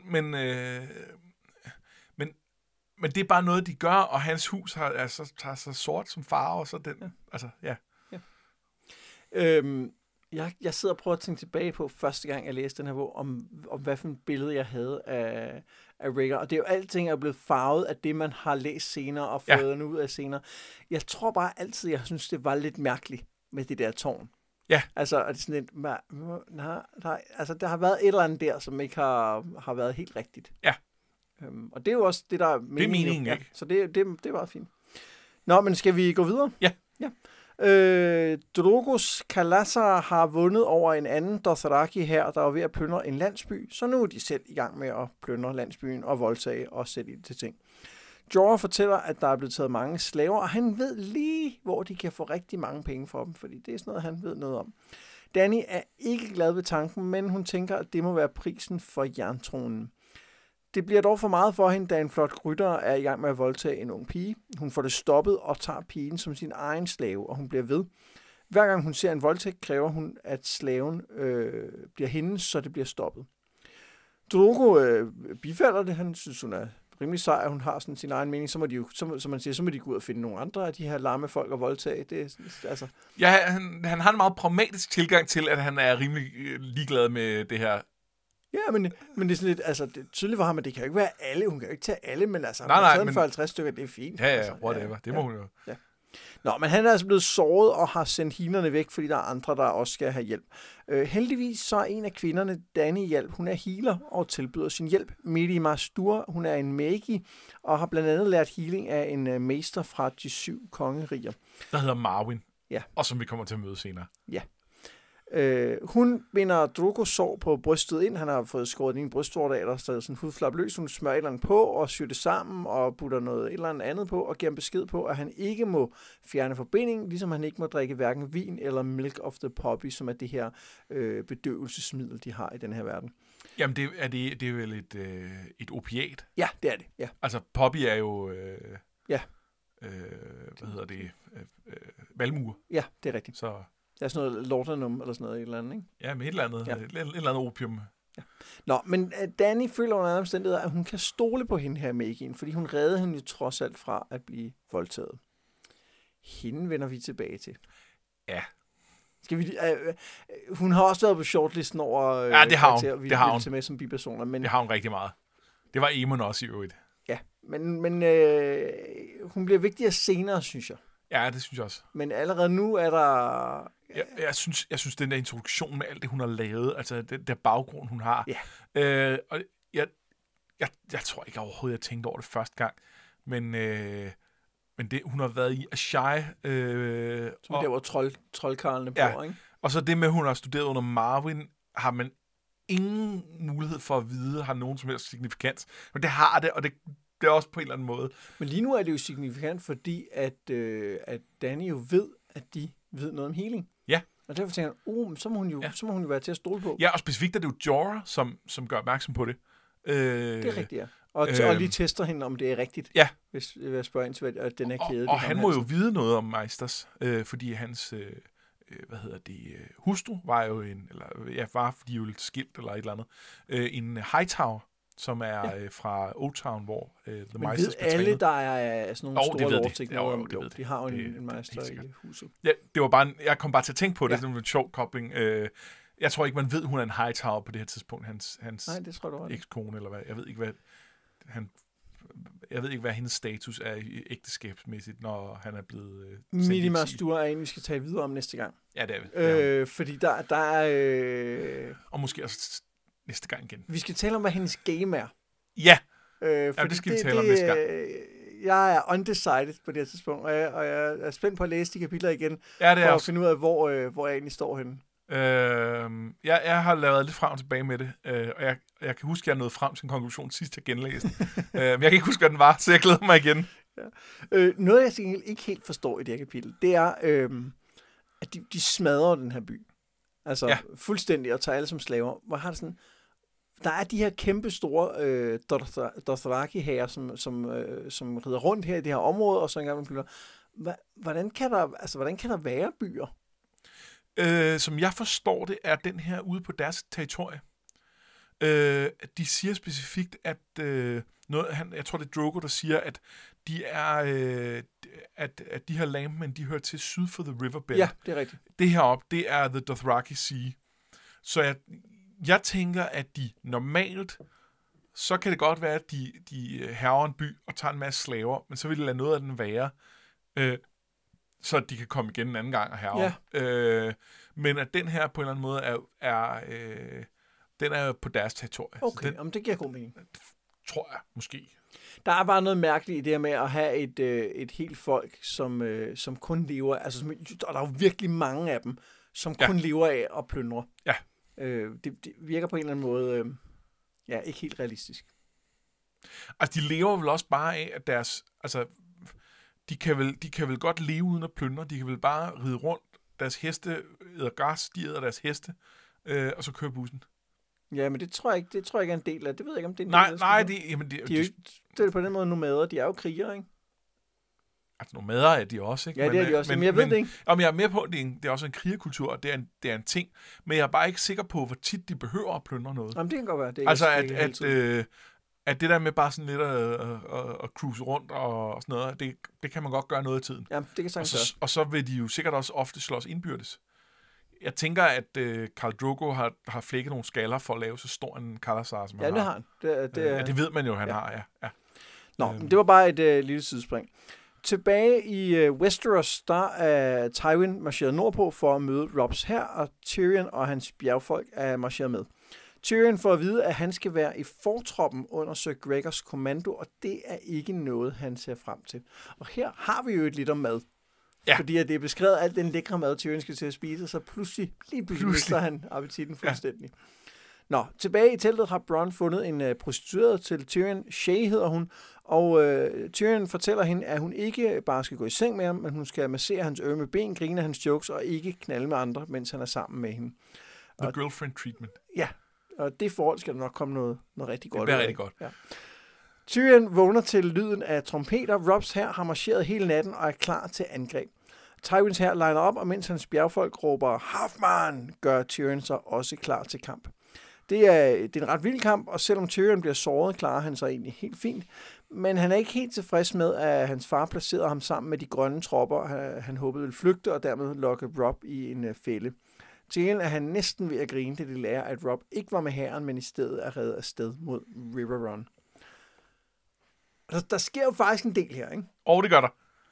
Men det er bare noget, de gør, og hans hus tager så sort som farve, og så den, ja. Altså, ja. Jeg sidder og prøver at tænke tilbage på første gang, jeg læste den her bog, om hvad for et billede jeg havde af Rigger. Og det er jo alting, er blevet farvet af det, man har læst senere og fået den ud af senere. Jeg tror bare altid, jeg synes, det var lidt mærkeligt med det der tårn. Ja. Altså, er det sådan lidt, altså, der har været et eller andet der, som ikke har været helt rigtigt. Ja. Og det er jo også det, der er meningen. Det er meningen, ja, ikke? så det er bare fint. Nå, men skal vi gå videre? Ja. Drogos Kalasar har vundet over en anden Dothraki her, der var ved at plyndre en landsby, så nu er de selv i gang med at plyndre landsbyen og voldtage og sætte ild til ting. Jorah fortæller, at der er blevet taget mange slaver, og han ved lige, hvor de kan få rigtig mange penge for dem, fordi det er sådan noget, han ved noget om. Dany er ikke glad ved tanken, men hun tænker, at det må være prisen for jerntronen. Det bliver dog for meget for hende, da en flot rytter er i gang med at voldtage en ung pige. Hun får det stoppet og tager pigen som sin egen slave, og hun bliver ved. Hver gang hun ser en voldtægt, kræver hun, at slaven bliver hendes, så det bliver stoppet. Drogo bifalder det. Han synes, hun er rimelig sej, hun har sådan sin egen mening. Så må de jo, som man siger, så må de gå ud og finde nogle andre af de her larme folk og voldtage. Det, altså. Ja, han har en meget pragmatisk tilgang til, at han er rimelig ligeglad med det her. Ja, men det er sådan lidt, altså, det tydeligt for ham, at det kan jo ikke være alle, hun kan jo ikke tage alle, men altså, nej, hun har taget men... for 50 stykker, det er fint. Ja, altså, whatever, det må hun jo. Ja. Nå, men han er altså blevet såret og har sendt healerne væk, fordi der er andre, der også skal have hjælp. Heldigvis så er en af kvinderne, Dany hjælp, hun er healer og tilbyder sin hjælp. Miri Mastur, hun er en magi og har blandt andet lært healing af en mester fra de 7 kongeriger. Der hedder Marwyn, ja. Og som vi kommer til at møde senere. Ja. Hun binder Drogos sår på brystet ind. Han har fået skåret en brystvorte af, der står sådan en hudflap løs. Hun smører et eller andet på og syr det sammen og putter noget et eller andet på og giver ham besked på, at han ikke må fjerne forbindingen, ligesom han ikke må drikke hverken vin eller milk of the poppy, som er det her bedøvelsesmiddel, de har i den her verden. Jamen, det er vel et opiat? Ja, det er det, ja. Altså, poppy er jo... ja. Hvad hedder det? Valmue. Ja, det er rigtigt. Så... Der er sådan noget laudanum eller sådan noget, et eller andet, ikke? Ja, med et eller andet, et eller andet opium. Ja. Nå, men Dany føler under andre omstændigheder, at hun kan stole på hende her Magien, fordi hun reddede hende jo trods alt fra at blive voldtaget. Hende vender vi tilbage til. Ja. Skal vi, hun har også været på shortlisten over ja, det har hun. karakterer, vi det har hun. vil tage med som bipersoner. Men, det har hun rigtig meget. Det var Aemon også i øvrigt. Ja, men hun bliver vigtigere senere, synes jeg. Ja, det synes jeg også. Men allerede nu er der... Jeg synes den der introduktion med alt det, hun har lavet, altså den der baggrund, hun har. Ja. Og jeg tror ikke overhovedet, jeg tænkte over det første gang. Men det, hun har været i Ashai. Som der var troldkarlene på, ikke? Og så det med, at hun har studeret under Marwyn, har man ingen mulighed for at vide, har nogen som helst signifikans. Men det har det, og det er også på en eller anden måde. Men lige nu er det jo signifikant, fordi at Dany jo ved, at de ved noget om healing. Ja. Og derfor tænker han, så må hun jo være til at stole på. Ja, og specifikt er det jo Jorah, som gør opmærksom på det. Det er rigtigt, ja. Og lige tester hende, om det er rigtigt. Ja. Hvis jeg spørger ind til, at den er kæde. Og han må jo vide noget om Meisters, fordi hans... hustru var jo fordi jo lidt skilt eller et eller andet. En Hightower, som er fra Old Town, hvor The Meisters blev alle, der er sådan nogle store lordsigt noget om det? De har jo en Meister i huset. Ja, det var bare jeg kom bare til at tænke på det, som en sjov kobling. Jeg tror ikke, man ved, hun er en Hightower på det her tidspunkt. Hans ekskone, eller hvad. Jeg ved ikke, hvad hendes status er ægteskabsmæssigt, når han er blevet... Miri Mastur er en, vi skal tage videre om næste gang. Ja, det er vi. Fordi der er... Og måske også næste gang igen. Vi skal tale om, hvad hendes game er. Ja, det skal vi tale om næste gang. Jeg er undecided på det her tidspunkt, og jeg er spændt på at læse de kapitler igen, for at finde ud af, hvor jeg egentlig står henne. Jeg har lavet lidt frem og tilbage med det, og jeg kan huske, at jeg nåede frem til en konklusion sidst, jeg genlæste. Men jeg kan ikke huske, hvad den var, så jeg glæder mig igen. Ja. Noget, jeg ikke helt forstår i det her kapitel, det er, at de smadrer den her by. Altså fuldstændig at tage alle som slaver. Hvor har det sådan... Der er de her kæmpe store Dothraki-hære, som rider rundt her i det her område, og så engang flytter. Hvordan kan der være byer? Som jeg forstår det, er den her ude på deres territorie. De siger specifikt, at jeg tror det er Drogo, der siger, at de er at de her landmænd, de hører til syd for The River Belt. Ja, det er rigtigt. Det heroppe, det er The Dothraki Sea. Så jeg tænker, at de normalt, så kan det godt være, at de hærger en by og tager en masse slaver, men så vil de lade noget af den være, så de kan komme igen en anden gang og hærge. Ja. Men at den her på en eller anden måde den er på deres territorie. Okay, om det giver god mening. Tror jeg, måske. Der er bare noget mærkeligt i det her med at have et helt folk, som kun lever, altså og der er jo virkelig mange af dem, som kun lever af at plyndre. Ja. Det virker på en eller anden måde, ikke helt realistisk. Altså, de lever vel også bare af, at deres, altså, de kan vel godt leve uden at plyndre, de kan vel bare ride rundt, deres heste æder græs, de æder deres heste, og så kører bussen. Ja, men det tror jeg ikke er en del af. Det ved jeg ikke, om det er en del af. Nej, det er på den måde nomader. De er jo krigere, ikke? Altså, nomader er de også, ikke? Ja, det er de også, men jeg ved det ikke. Om jeg er med på, at det er også en krigerkultur, og det er en ting, men jeg er bare ikke sikker på, hvor tit de behøver at plyndre noget. Jamen, det kan godt være. Det er altså, at det der med bare sådan lidt at cruise rundt og sådan noget, det kan man godt gøre noget af tiden. Ja, det kan sagtens og så vil de jo sikkert også ofte slås indbyrdes. Jeg tænker, at Khal Drogo har flækket nogle skaller for at lave så stor en Khalasar, som han har. Ja, det har han. Det ved man jo, han har, ja. Nå, det var bare et lille sidespring. Tilbage i Westeros, der er Tywin marcheret nordpå for at møde Robs hær, og Tyrion og hans bjergfolk er marcheret med. Tyrion får at vide, at han skal være i fortroppen under Sir Gregors kommando, og det er ikke noget, han ser frem til. Og her har vi jo et lidt om mad. Ja. Fordi at det er beskrevet alt den lækre mad, Tyrion skal til at spise, så pludselig mister han appetitten fuldstændig. Ja. Nå, tilbage i teltet har Bronn fundet en prostitueret til Tyrion. Shay hedder hun, og Tyrion fortæller hende, at hun ikke bare skal gå i seng med ham, men hun skal massere hans ømme ben, grine af hans jokes og ikke knalde med andre, mens han er sammen med hende. The girlfriend treatment. Ja, og det forhold skal der nok komme noget rigtig godt. Det bliver rigtig godt. Ja. Tyrion vågner til lyden af trompeter. Robs hær har marcheret hele natten og er klar til angreb. Tywins hær liner op, og mens hans bjergfolk råber Halfman, gør Tyrion sig også klar til kamp. Det er en ret vild kamp, og selvom Tyrion bliver såret, klarer han sig egentlig helt fint. Men han er ikke helt tilfreds med, at hans far placerede ham sammen med de grønne tropper. Han håbede ville flygte og dermed lokke Robb i en fælde. Til gengæld er han næsten ved at grine, da de lærer, at Robb ikke var med hæren, men i stedet er reddet afsted mod River Run. Altså, der sker jo faktisk en del her, ikke? Det gør der.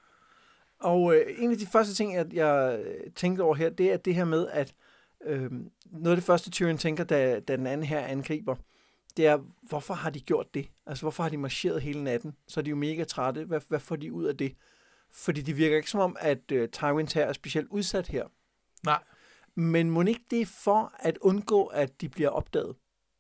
Og en af de første ting, jeg tænkte over her, det er det her med, at noget af det første, Tyrion tænker, da den anden her angriber, det er, hvorfor har de gjort det? Altså, hvorfor har de marcheret hele natten? Så er de jo mega trætte. Hvad får de ud af det? Fordi det virker ikke som om, at Tywins her er specielt udsat her. Nej. Men må ikke det for at undgå, at de bliver opdaget?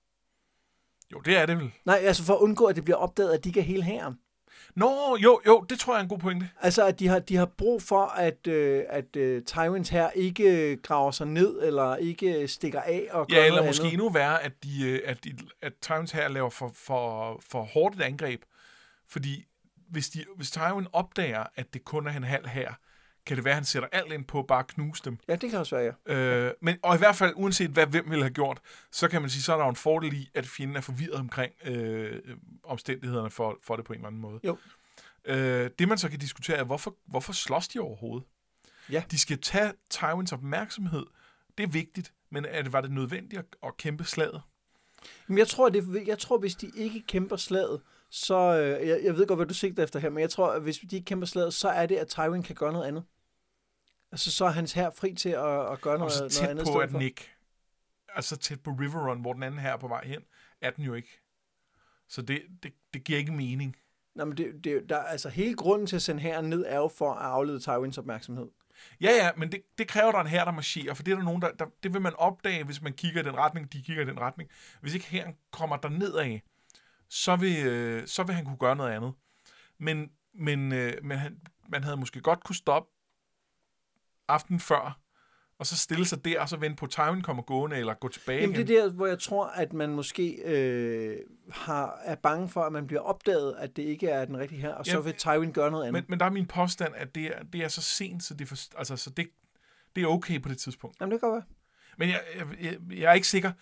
Jo, det er det vel. Nej, altså for at undgå, at det bliver opdaget, at de ikke er hele hæren. Nå, jo, det tror jeg er en god pointe. Altså, at de har brug for, at Tywins her ikke graver sig ned, eller ikke stikker af og gør noget eller andet. måske endnu værre, at Tywins her laver for hårdt et angreb. Fordi hvis Tywin opdager, at det kun er en halv her, kan det være, at han sætter alt ind på at bare knuse dem. Ja, det kan også være, ja. Og i hvert fald, uanset hvem ville have gjort, så kan man sige, så er der jo en fordel i, at fjenden er forvirret omkring omstændighederne for det på en eller anden måde. Jo. Det man så kan diskutere er, hvorfor slås de overhovedet? Ja. De skal tage Tywins opmærksomhed. Det er vigtigt, men var det nødvendigt at kæmpe slaget? Men jeg tror, hvis de ikke kæmper slaget, så, jeg ved godt, hvad du sigter efter her, men jeg tror, at hvis de ikke kæmper slaget, så er det, at Tywin kan gøre noget andet. Altså, så er hans hær fri til at gøre noget andet. Og så tæt på at Nick, altså tæt på River Run, hvor den anden her er på vej hen, er den jo ikke. Så det giver ikke mening. Nå, men altså hele grunden til at sende hæren ned, er jo for at aflede Tywins opmærksomhed. Ja, men det kræver, der en hær, der marcherer, for det er der nogen, det vil man opdage, hvis man kigger i den retning, de kigger i den retning. Hvis ikke hæren kommer der nedad, så vil han kunne gøre noget andet. Men man havde måske godt kunne stoppe aftenen før og så stille sig der, og så vente på, at Tywin kommer gående, eller gå tilbage Jamen, igen. det er der, hvor jeg tror, at man måske er bange for, at man bliver opdaget, at det ikke er den rigtige her, og så vil Tywin gøre noget andet. Men der er min påstand, at det er så sent, så det er okay på det tidspunkt. Jamen, det kan godt være. Men jeg er ikke sikker.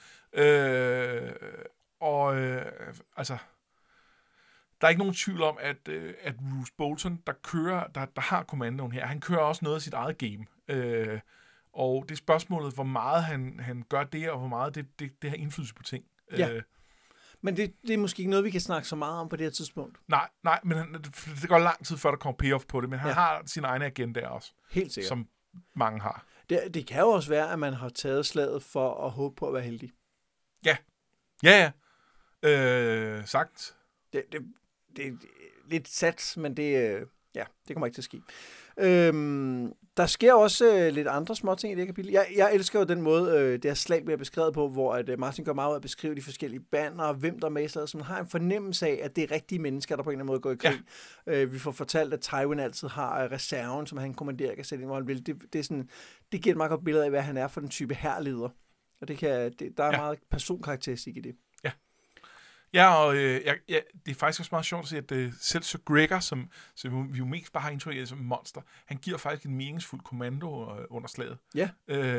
Der er ikke nogen tvivl om, at Roose Bolton, der har kommandoen her, han kører også noget af sit eget game. Og det er spørgsmålet, hvor meget han gør det, og hvor meget det har indflydelse på ting. Ja. Men det er måske ikke noget, vi kan snakke så meget om på det her tidspunkt. Nej, men det går lang tid, før der kommer payoff på det, men han har sin egne agenda også. Helt sikkert. Som mange har. Det kan jo også være, at man har taget slaget for at håbe på at være heldig. Ja. Sagt. Det er lidt sats, men det kommer ikke til at ske. Der sker også lidt andre små ting i det her kapitel. Jeg elsker jo den måde, det her slag bliver beskrevet på, hvor at Martin går meget ud at beskrive de forskellige bander, og hvem der er med i slaget, så man har en fornemmelse af, at det er rigtige mennesker, der på en eller anden måde går i krig. Ja. Vi får fortalt, at Tywin altid har reserven, som han kommanderer, kan sætte ind, hvor han vil. Det giver et meget godt billede af, hvad han er for den type herleder. Og der er meget personkarakteristik i det. Ja, og det er faktisk også meget sjovt at se, at selv Sir Gregor, som vi jo mest bare har indtryk som monster, han giver faktisk en meningsfuld kommando under slaget. Ja.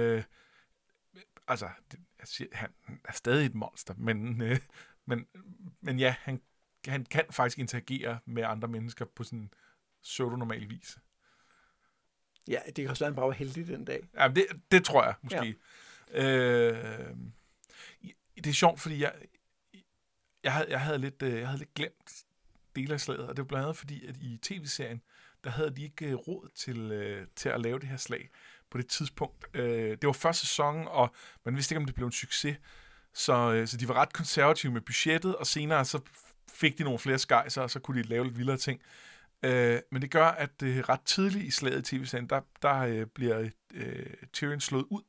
Han er stadig et monster, men ja, han kan faktisk interagere med andre mennesker på sådan en pseudo-normal vis. Ja, det kan også være, han bare var heldig den dag. Ja, det tror jeg måske. Ja. Det er sjovt, fordi jeg havde lidt glemt dele af slaget, og det var blandt andet fordi, at i tv-serien, der havde de ikke råd til at lave det her slag på det tidspunkt. Det var første sæson, og man vidste ikke, om det blev en succes, så de var ret konservative med budgettet, og senere så fik de nogle flere skejser, og så kunne de lave lidt vildere ting. Men det gør, at ret tidligt i slaget i tv-serien, der bliver Tyrion slået ud.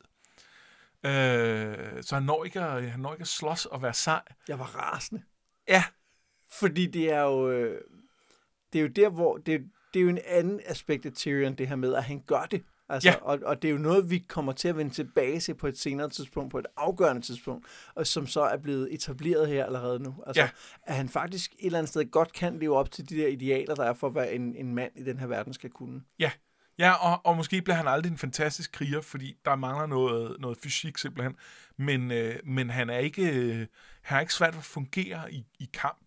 Så han når ikke at slås og være sej. Jeg var rasende. Ja. Fordi det er jo der, hvor det er jo en anden aspekt af Tyrion, det her med, at han gør det. Altså, ja. Og det er jo noget, vi kommer til at vende tilbage til på et senere tidspunkt, på et afgørende tidspunkt, og som så er blevet etableret her allerede nu. Altså, at han faktisk et eller andet sted godt kan leve op til de der idealer, der er for, hvad en mand i den her verden skal kunne. Ja. Ja, og måske bliver han aldrig en fantastisk kriger, fordi der mangler noget fysik simpelthen. Men han er ikke svært at fungere i kamp.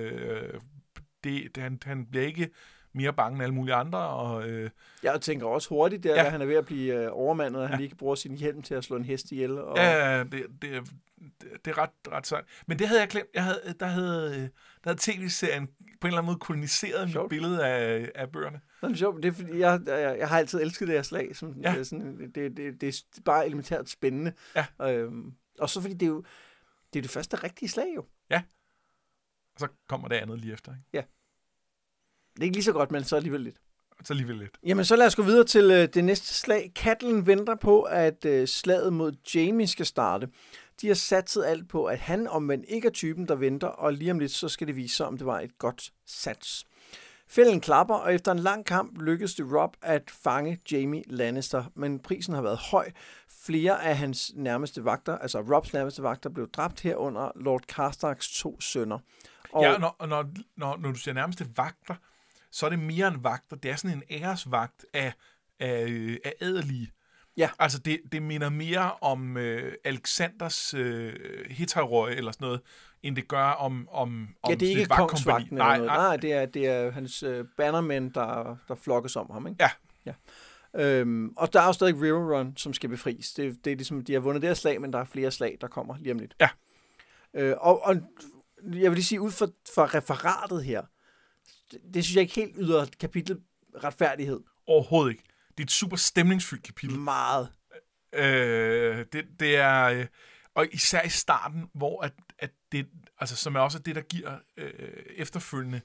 Han bliver ikke mere bange end alle mulige andre. Jeg tænker også hurtigt, at han er ved at blive overmandet, og han lige bruger sin hjelm til at slå en hest ihjel. Og... Ja, det er ret sejt. Men det havde jeg glemt. Der havde tv-serien på en eller anden måde koloniseret mit billede af bøgerne. Det er sjovt. Det er fordi, jeg har altid elsket det her slag. Det er bare elementært spændende. Ja. Og så fordi det er det første rigtige slag jo. Ja. Og så kommer det andet lige efter, ikke? Ja. Det er ikke lige så godt, men så alligevel lidt. Jamen, så lad os gå videre til det næste slag. Catelyn venter på, at slaget mod Jaime skal starte. De har satset alt på, at han omvendt ikke er typen, der venter, og lige om lidt, så skal det vise sig, om det var et godt sats. Fælden klapper, og efter en lang kamp lykkedes det Robb at fange Jaime Lannister, men prisen har været høj. Flere af hans nærmeste vagter, altså Robbs nærmeste vagter, blev dræbt herunder Lord Karstarks 2 sønner. Og ja, når du siger nærmeste vagter, så er det mere en vagter. Det er sådan en æresvagt af adelige. Ja. Altså, det minder mere om Alexanders Hitarøje eller sådan noget, end det gør om ja, det er ikke kongsvagten eller noget. Nej, det er hans bannermænd, der flokkes om ham, ikke? Ja. Og der er jo stadig River Run, som skal befries. Det er ligesom, de har vundet det her slag, men der er flere slag, der kommer lige om lidt. Ja. Og jeg vil lige sige, ud fra referatet her, det synes jeg ikke helt yder kapitel retfærdighed. Overhovedet ikke. Det er et super stemningsfyldt kapitel. Meget. Det er... og især i starten, hvor at det, altså, som er også det, der giver efterfølgende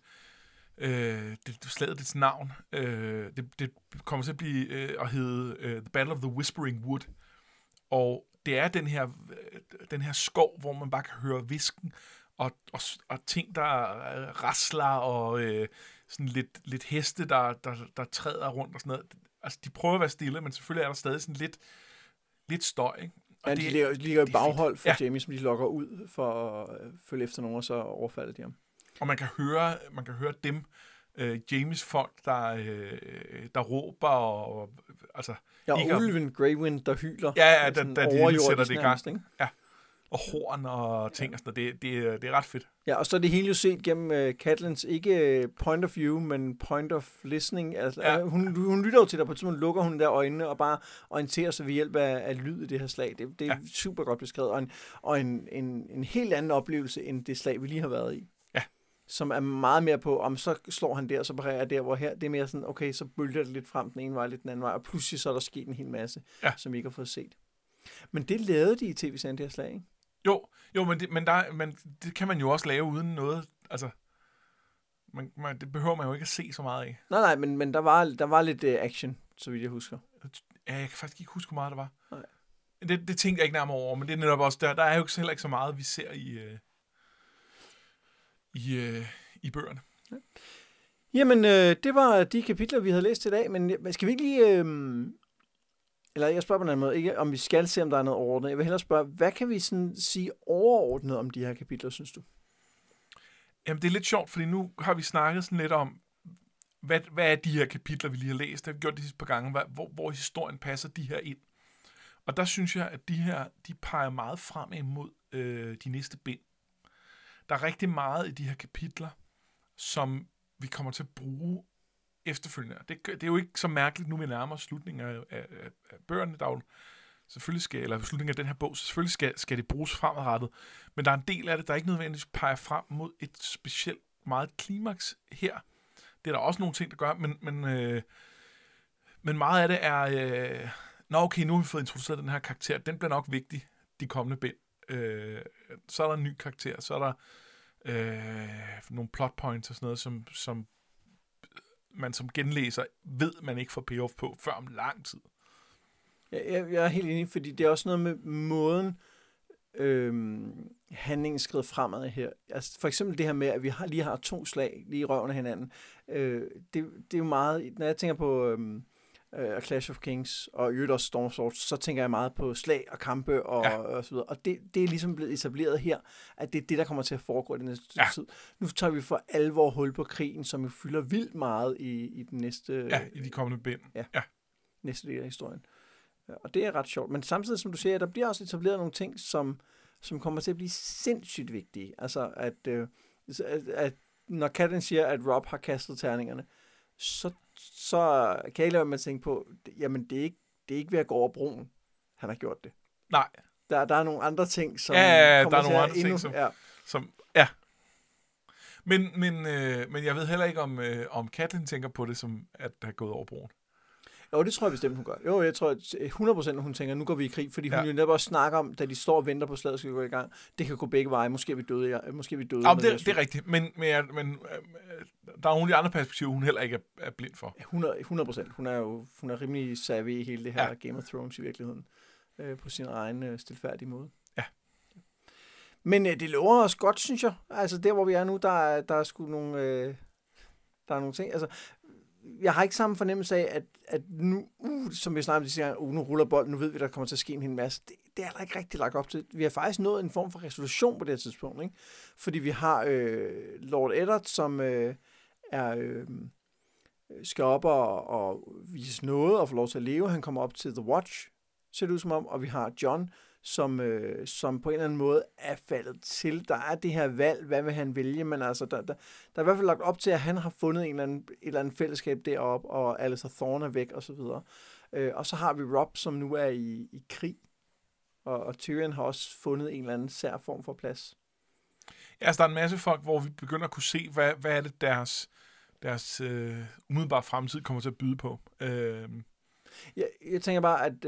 slaget dets navn. Det kommer til at blive at hedde The Battle of the Whispering Wood. Og det er den her skov, hvor man bare kan høre hvisken, og ting, der rasler, og sådan lidt heste, der træder rundt og sådan noget. Altså, de prøver at være stille, men selvfølgelig er der stadig sådan lidt støj, ikke? Og ja, de ligger i baghold for ja. Jamie, som de lokker ud for at følge efter nogen, og så overfalder de ham. Og man kan høre dem, Jamies folk, der råber, og altså... Ja, og ulven Greywind, der hyler. Ja, da de sætter det i gang. Ikke? Ja, og horn og ting og sådan noget. Det er ret fedt. Ja, og så er det hele jo set gennem Catelyn's, ikke point of view, men point of listening. Altså, ja. Hun lytter jo til dig, på et tidspunkt lukker hun der øjnene og bare orienterer sig ved hjælp af lyd i det her slag. Det er super godt beskrevet, og en helt anden oplevelse, end det slag, vi lige har været i. Ja. Som er meget mere på, om så slår han der, så parerer jeg der, hvor her, det er mere sådan, okay, så bølger det lidt frem den ene vej, lidt den anden vej, og pludselig så er der sket en hel masse, som vi ikke har fået set. Men det lavede de i tv-serien, det her slag, ikke? Jo, men det kan man jo også lave uden noget, altså, det behøver man jo ikke at se så meget af. Nej, men der var lidt action, så vidt jeg husker. Ja, jeg kan faktisk ikke huske, hvor meget det var. Nej. Det tænkte jeg ikke nærmere over, men det er netop også, der er jo heller ikke så meget, vi ser i bøgerne. Ja. Jamen, det var de kapitler, vi havde læst i dag, men skal vi ikke lige... Eller jeg spørger på en anden måde, ikke om vi skal se, om der er noget overordnet. Jeg vil hellere spørge, hvad kan vi sådan sige overordnet om de her kapitler, synes du? Jamen, det er lidt sjovt, fordi nu har vi snakket sådan lidt om, hvad er de her kapitler, vi lige har læst? Det har vi gjort de sidste par gange, hvor historien passer de her ind. Og der synes jeg, at de her, de peger meget frem imod de næste bind. Der er rigtig meget i de her kapitler, som vi kommer til at bruge efterfølgende. Det er jo ikke så mærkeligt, nu vi nærmer slutningen af bøgerne. Der er jo selvfølgelig slutningen af den her bog, så selvfølgelig skal det bruges fremadrettet. Men der er en del af det, der ikke nødvendigvis peger frem mod et specielt meget klimaks her. Det er der også nogle ting, der gør, men meget af det er... okay, nu har vi fået introduceret den her karakter. Den bliver nok vigtig, de kommende bind. Så er der en ny karakter, så er der nogle plot points og sådan noget, som man som genlæser ved, man ikke får payoff på før om lang tid. Jeg er helt enig, fordi det er også noget med måden, handlingen skrider fremad her. Altså, for eksempel det her med, at vi lige har 2 slag lige i røven af hinanden. Det er jo meget... Når jeg tænker på Clash of Kings og i øvrigt også Storm of Swords, så tænker jeg meget på slag og kampe og så videre. Og det er ligesom blevet etableret her, at det er det, der kommer til at foregå i den næste tid. Nu tager vi for alvor hul på krigen, som jo fylder vildt meget i den næste... Ja, i de kommende bind. Ja. Næste del af historien. Og det er ret sjovt. Men samtidig, som du siger, der bliver også etableret nogle ting, som kommer til at blive sindssygt vigtige. Altså, at når Catelyn siger, at Robb har kastet terningerne, så kan jeg ikke lade mig at tænke på, jamen det er ikke ved at gå over broen, han har gjort det. Nej. Der er nogle andre ting, som kommer til at endnu... Men jeg ved heller ikke, om Catelyn tænker på det, som at der er gået over broen. Jo, det tror jeg bestemt, hun gør. Jo, jeg tror 100% hun tænker, nu går vi i krig, fordi hun jo netop også snakker om, da de står og venter på slaget, skal gå i gang. Det kan gå begge veje. Måske er vi døde. Ja, det er rigtigt. Men der er nogle af de andre perspektiver, hun heller ikke er blind for. 100%. Hun er rimelig savvy i hele det her Game of Thrones i virkeligheden. På sin egen stilfærdige måde. Ja. Men det lover os godt, synes jeg. Altså der, hvor vi er nu, der er sgu nogle... der er nogle ting. Altså, jeg har ikke samme fornemmelse af, at nu, som vi snakker om, de siger, nu ruller bolden, nu ved vi, der kommer til at ske en hel masse. Det er der ikke rigtig lagt op til. Vi har faktisk nået en form for resolution på det her tidspunkt, ikke? Fordi vi har Lord Eddard, som skal op og vise noget og få lov til at leve. Han kommer op til The Watch, ser det ud som om, og vi har Jon, som på en eller anden måde er faldet til. Der er det her valg, hvad vil han vælge, men altså, der er i hvert fald lagt op til, at han har fundet et eller andet fællesskab deroppe, og Alistair Thorne er væk, og så videre. Og så har vi Robb, som nu er i krig, og Tyrion har også fundet en eller anden sær form for plads. Ja, altså, der er en masse folk, hvor vi begynder at kunne se, hvad er det deres umiddelbare fremtid kommer til at byde på. Jeg tænker bare, at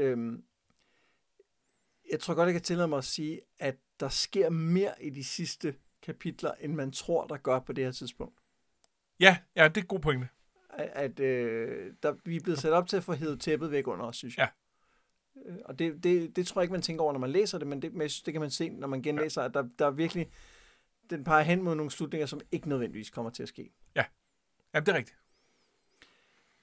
jeg tror godt, jeg kan tillade mig at sige, at der sker mere i de sidste kapitler, end man tror, der gør på det her tidspunkt. Ja, det er et god pointe. At vi er blevet sat op til at få hævet tæppet væk under os, synes jeg. Ja. Og det tror jeg ikke, man tænker over, når man læser det, men det kan man se, når man genlæser, at der er virkelig, den peger hen mod nogle slutninger, som ikke nødvendigvis kommer til at ske. Ja, det er rigtigt.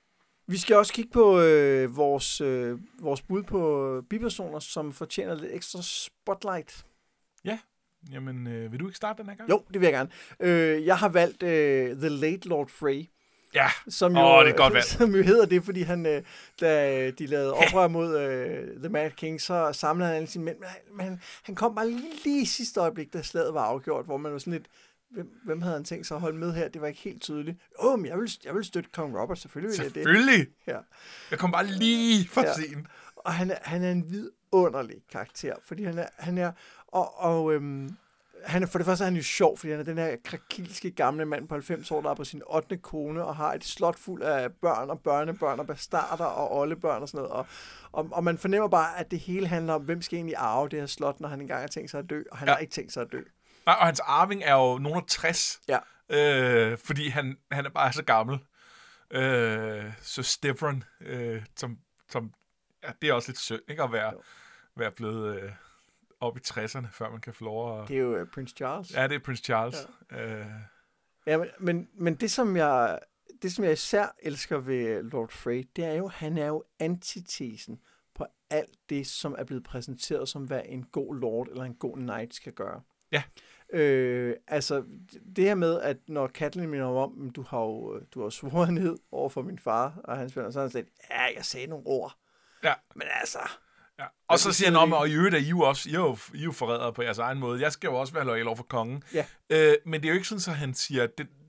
Vi skal også kigge på vores bud på bipersoner, som fortjener lidt ekstra spotlight. Ja, jamen vil du ikke starte den her gang? Jo, det vil jeg gerne. Jeg har valgt The Late Lord Frey. Ja, Som jo, det er godt valgt. Som jo hedder det, fordi han, da de lavede oprør mod The Mad King, så samlede han alle sine mænd. Men han kom bare lige i sidste øjeblik, da slaget var afgjort, hvor man var sådan lidt, hvem havde han tænkt sig at holde med her? Det var ikke helt tydeligt. Men jeg vil støtte Kong Robert, selvfølgelig. Selvfølgelig! Ja. Jeg kom bare lige for scenen. Og han er en vidunderlig karakter, fordi han er han er, for det første er han jo sjov, fordi han er den her krakilske gamle mand på 90 år, der er på sin 8. kone, og har et slot fuld af børn og børnebørn og bastarder og oldebørn og sådan noget. Og man fornemmer bare, at det hele handler om, hvem skal egentlig arve det her slot, når han engang har tænkt sig at dø, og han har ikke tænkt sig at dø. Og hans arving er jo nogen af 60, fordi han er bare så gammel. Så Stefan, som det er også lidt synd, ikke, at være blevet op i 60'erne, før man kan få lov at... Det er jo Prince Charles. Ja, det er Prince Charles. Ja, men det, som jeg især elsker ved Lord Frey, det er jo, han er jo antitesen på alt det, som er blevet præsenteret som, hvad en god lord eller en god knight skal gøre. Ja. Altså, det her med, at når Catelyn minder om, du har svoret ned over for min far og hans venner, så har han sagt, jeg sagde nogle ord. Ja. Men altså... Ja. Og så siger han om, og i øvrigt er I er jo forrædere på jeres egen måde. Jeg skal jo også være loyal over for kongen. Ja. Men det er jo ikke sådan, så han siger...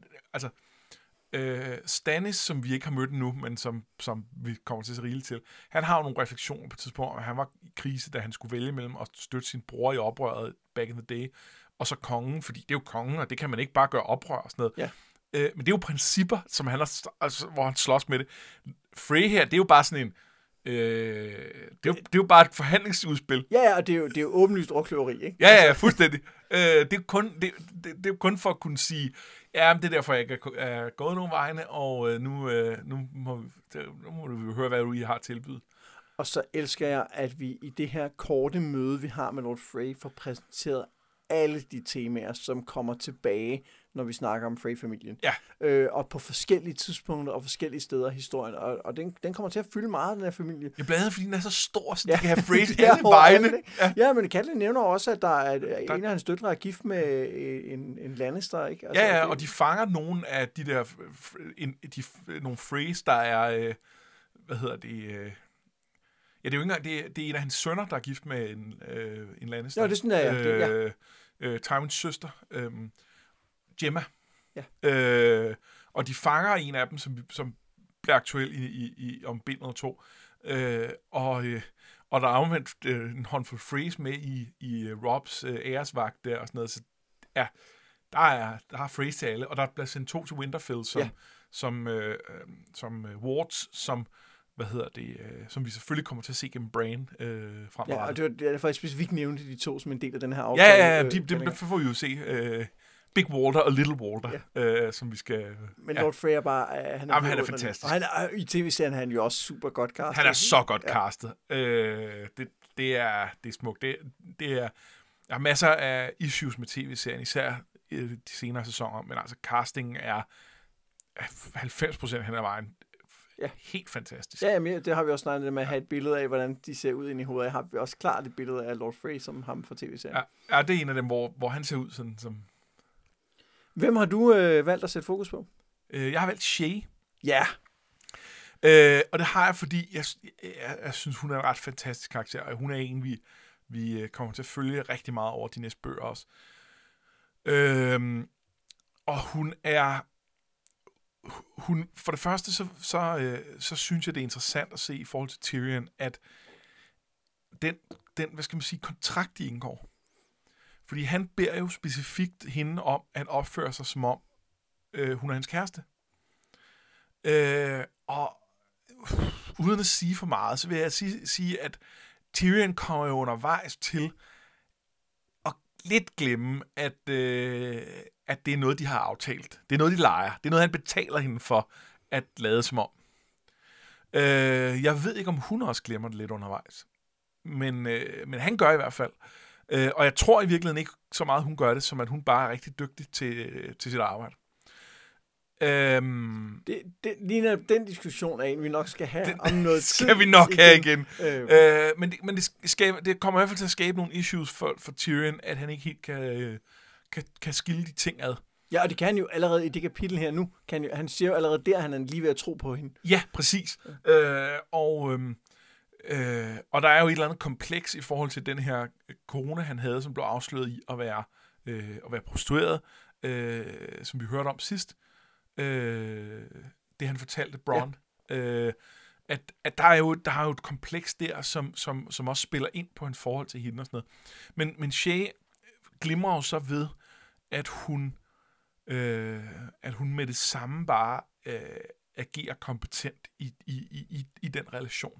Stannis, som vi ikke har mødt nu, men som vi kommer til at se rigeligt til, han har jo nogle refleksioner på et tidspunkt, og han var i krise, da han skulle vælge mellem at støtte sin bror i oprøret back in the day, og så kongen, fordi det er jo kongen, og det kan man ikke bare gøre oprør og sådan noget. Ja. Men det er jo principper, som han hvor han slås med det. Frey her, det er jo bare sådan en... det er jo bare et forhandlingsudspil. Ja, og det er jo åbenlyst råkløveri, ikke? Ja, fuldstændig. Det er jo kun for at kunne sige, ja, det er derfor, jeg ikke er gået nogen vegne, og nu må du høre, hvad du I har tilbydet. Og så elsker jeg, at vi i det her korte møde, vi har med Lord Frey, får præsenteret alle de temaer, som kommer tilbage, når vi snakker om Frey-familien. Ja. Og på forskellige tidspunkter og forskellige steder i historien. Og den kommer til at fylde meget, den her familie. Jeg blandt andet, fordi den er så stor, så de kan have Frey alle vegne. Ja, men Catelyn nævner også, at der er en af hans døtre er gift med en Lannister, ikke? Altså, ja, og de fanger nogle af de der nogle Freys, der er hvad hedder det... Ja, det er jo ikke engang, det er en af hans sønner, der er gift med en Lannister. Ja, det er sådan, Tywins søster, Gemma. Ja. Og de fanger en af dem, som bliver aktuel om bind og 2. Og der er omvendt en håndfuld Freys med i Robs æresvagt der og sådan noget. Så ja, der er Freys til alle, og der bliver sendt 2 til Winterfell, som wards, som som vi selvfølgelig kommer til at se gennem Bran fremadrettet. Ja, og det er faktisk specifikt nævnt de 2 som en del af den her aftale. Ja, det får vi jo se. Big Walter og Little Walter, som vi skal... Men Lord Frey er bare... Han er fantastisk. Og i tv-serien er han jo også super godt castet. Han er så godt castet. Det er smukt. Det er... Der er masser af issues med tv-serien, især de senere sæsoner, men altså castingen er 90% hen ad vejen. Ja, helt fantastisk. Ja, jamen, det har vi også snakket med at have et billede af, hvordan de ser ud inde i hovedet. Jeg har vi også klart et billede af Lord Frey, som ham fra tv-serien. Ja, det er en af dem, hvor han ser ud sådan som... Hvem har du valgt at sætte fokus på? Jeg har valgt Shay. Ja. Og det har jeg, fordi jeg synes, hun er en ret fantastisk karakter, og hun er en, vi kommer til at følge rigtig meget over de næste bøger også. Og hun er... For det første, så synes jeg, det er interessant at se i forhold til Tyrion, at den hvad skal man sige, kontrakt, de indgår. Fordi han beder jo specifikt hende om at opføre sig, som om hun er hans kæreste. Og uden at sige for meget, så vil jeg sige, at Tyrion kommer jo undervejs til at lidt glemme, at det er noget, de har aftalt. Det er noget, de leger. Det er noget, han betaler hende for at lade som om. Jeg ved ikke, om hun også glemmer det lidt undervejs. Men han gør i hvert fald. Og jeg tror i virkeligheden ikke så meget, hun gør det, som at hun bare er rigtig dygtig til sit arbejde. Lige når den diskussion er en, vi nok skal have om noget tid. Skal vi nok have igen. Men det kommer i hvert fald til at skabe nogle issues for Tyrion, at han ikke helt kan skille de ting ad. Ja, og det kan han jo allerede i det kapitel her nu. Han siger jo allerede der, at han er lige ved at tro på hende. Ja, præcis. Og der er jo et eller andet kompleks i forhold til den her kone, han havde, som blev afsløret i at være prostitueret, som vi hørte om sidst. Det han fortalte Bronn. Ja. At der er jo et kompleks der, som også spiller ind på en forhold til hende og sådan noget. Men Shae glimrer jo så ved, at hun med det samme bare agerer kompetent i den relation.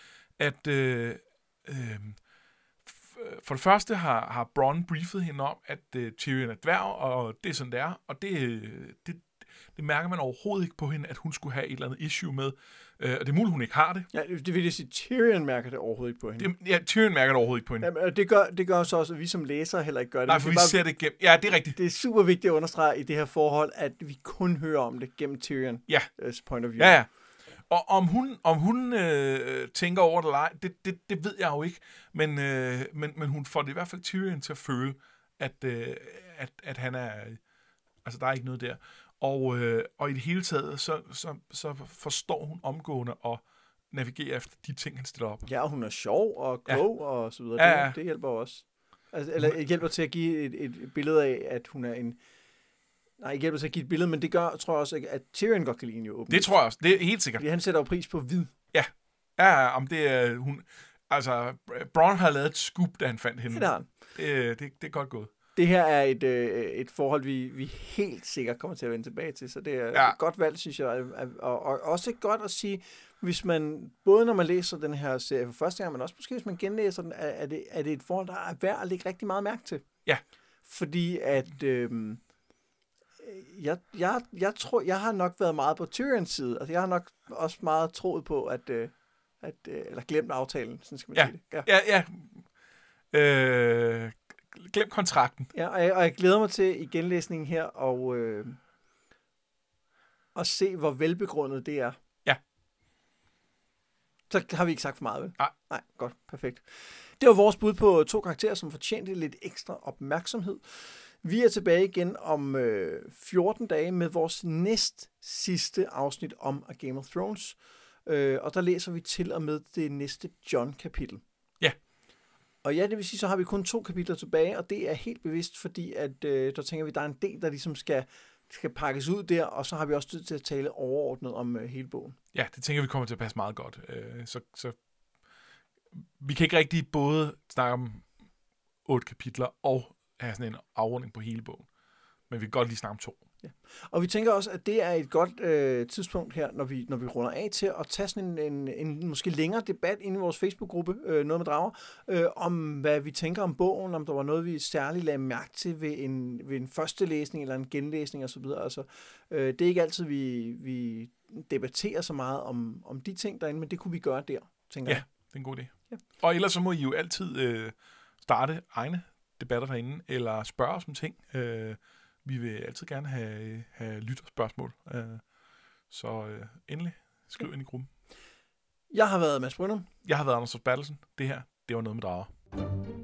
For det første har Bronn briefet hende om, at Tyrion er dværg, og det er sådan, det er. Og det mærker man overhovedet ikke på hende, at hun skulle have et eller andet issue med. Og det er muligt, hun ikke har det. Ja, det vil sige, Tyrion mærker det overhovedet ikke på hende. Tyrion mærker det overhovedet ikke på hende. Ja, og det gør så også, at vi som læsere heller ikke gør det. Nej, for vi ser det gennem. Ja, det er rigtigt. Det er super vigtigt at understrege i det her forhold, at vi kun hører om det gennem Tyrions point of view. Ja. Og om hun tænker over det eller ej, det ved jeg jo ikke. Men hun får det i hvert fald Tyrion til at føle, at han er... Altså, der er ikke noget der. Og i det hele taget, så forstår hun omgående og navigerer efter de ting, han stiller op. Ja, og hun er sjov og klog og så videre. Ja. Det hjælper også. Altså, eller hjælper til at give et billede af, at hun er en... Nej, ikke hjælper til at give et billede, men det gør, tror jeg også, at Tyrion godt kan lide hende jo åbent. Det tror jeg også. Det er helt sikkert. Fordi han sætter jo pris på hvid. Ja, om det er... Hun, altså, Bronn har lavet et scoop, da han fandt hende. Det har han. Det er godt gået. Det her er et forhold, vi helt sikkert kommer til at vende tilbage til, så det er et godt valg, synes jeg. Og også godt at sige, hvis man, både når man læser den her serie for første gang, men også måske hvis man genlæser den, er det et forhold, der er værd at lægge rigtig meget mærke til. Ja. Fordi at... Jeg tror, jeg har nok været meget på Tyrions side. Altså, jeg har nok også meget troet på, eller glemt aftalen, sådan skal man sige det. Ja. Glem kontrakten. Ja, og jeg glæder mig til i genlæsningen her og se, hvor velbegrundet det er. Ja. Så har vi ikke sagt for meget, vel? Nej, godt, perfekt. Det var vores bud på 2 karakterer, som fortjente lidt ekstra opmærksomhed. Vi er tilbage igen om 14 dage med vores næst sidste afsnit om A Game of Thrones. Og der læser vi til og med det næste Jon-kapitel. Ja. Og ja, det vil sige, så har vi kun 2 kapitler tilbage, og det er helt bevidst, fordi at der tænker vi, der er en del, der ligesom skal pakkes ud der, og så har vi også tid til at tale overordnet om hele bogen. Ja, det tænker vi kommer til at passe meget godt. Så vi kan ikke rigtig både snakke om 8 kapitler og have sådan en afrunding på hele bogen. Men vi kan godt lige snakke om 2. Ja. Og vi tænker også, at det er et godt tidspunkt her, når vi runder af til at tage sådan en måske længere debat inde i vores Facebook-gruppe, Noget med Drager, om hvad vi tænker om bogen, om der var noget, vi særligt lagde mærke til ved en første læsning eller en genlæsning osv. Altså, det er ikke altid, vi debatterer så meget om de ting derinde, men det kunne vi gøre der, tænker jeg. Ja, det er en god idé. Ja. Og ellers så må I jo altid starte egne debatter derinde, eller spørge os om ting. Vi vil altid gerne have lytterspørgsmål. Så endelig, skriv ind i gruppen. Jeg har været Mads Brynum. Jeg har været Anders Bertelsen. Det her, det var Noget med Drager.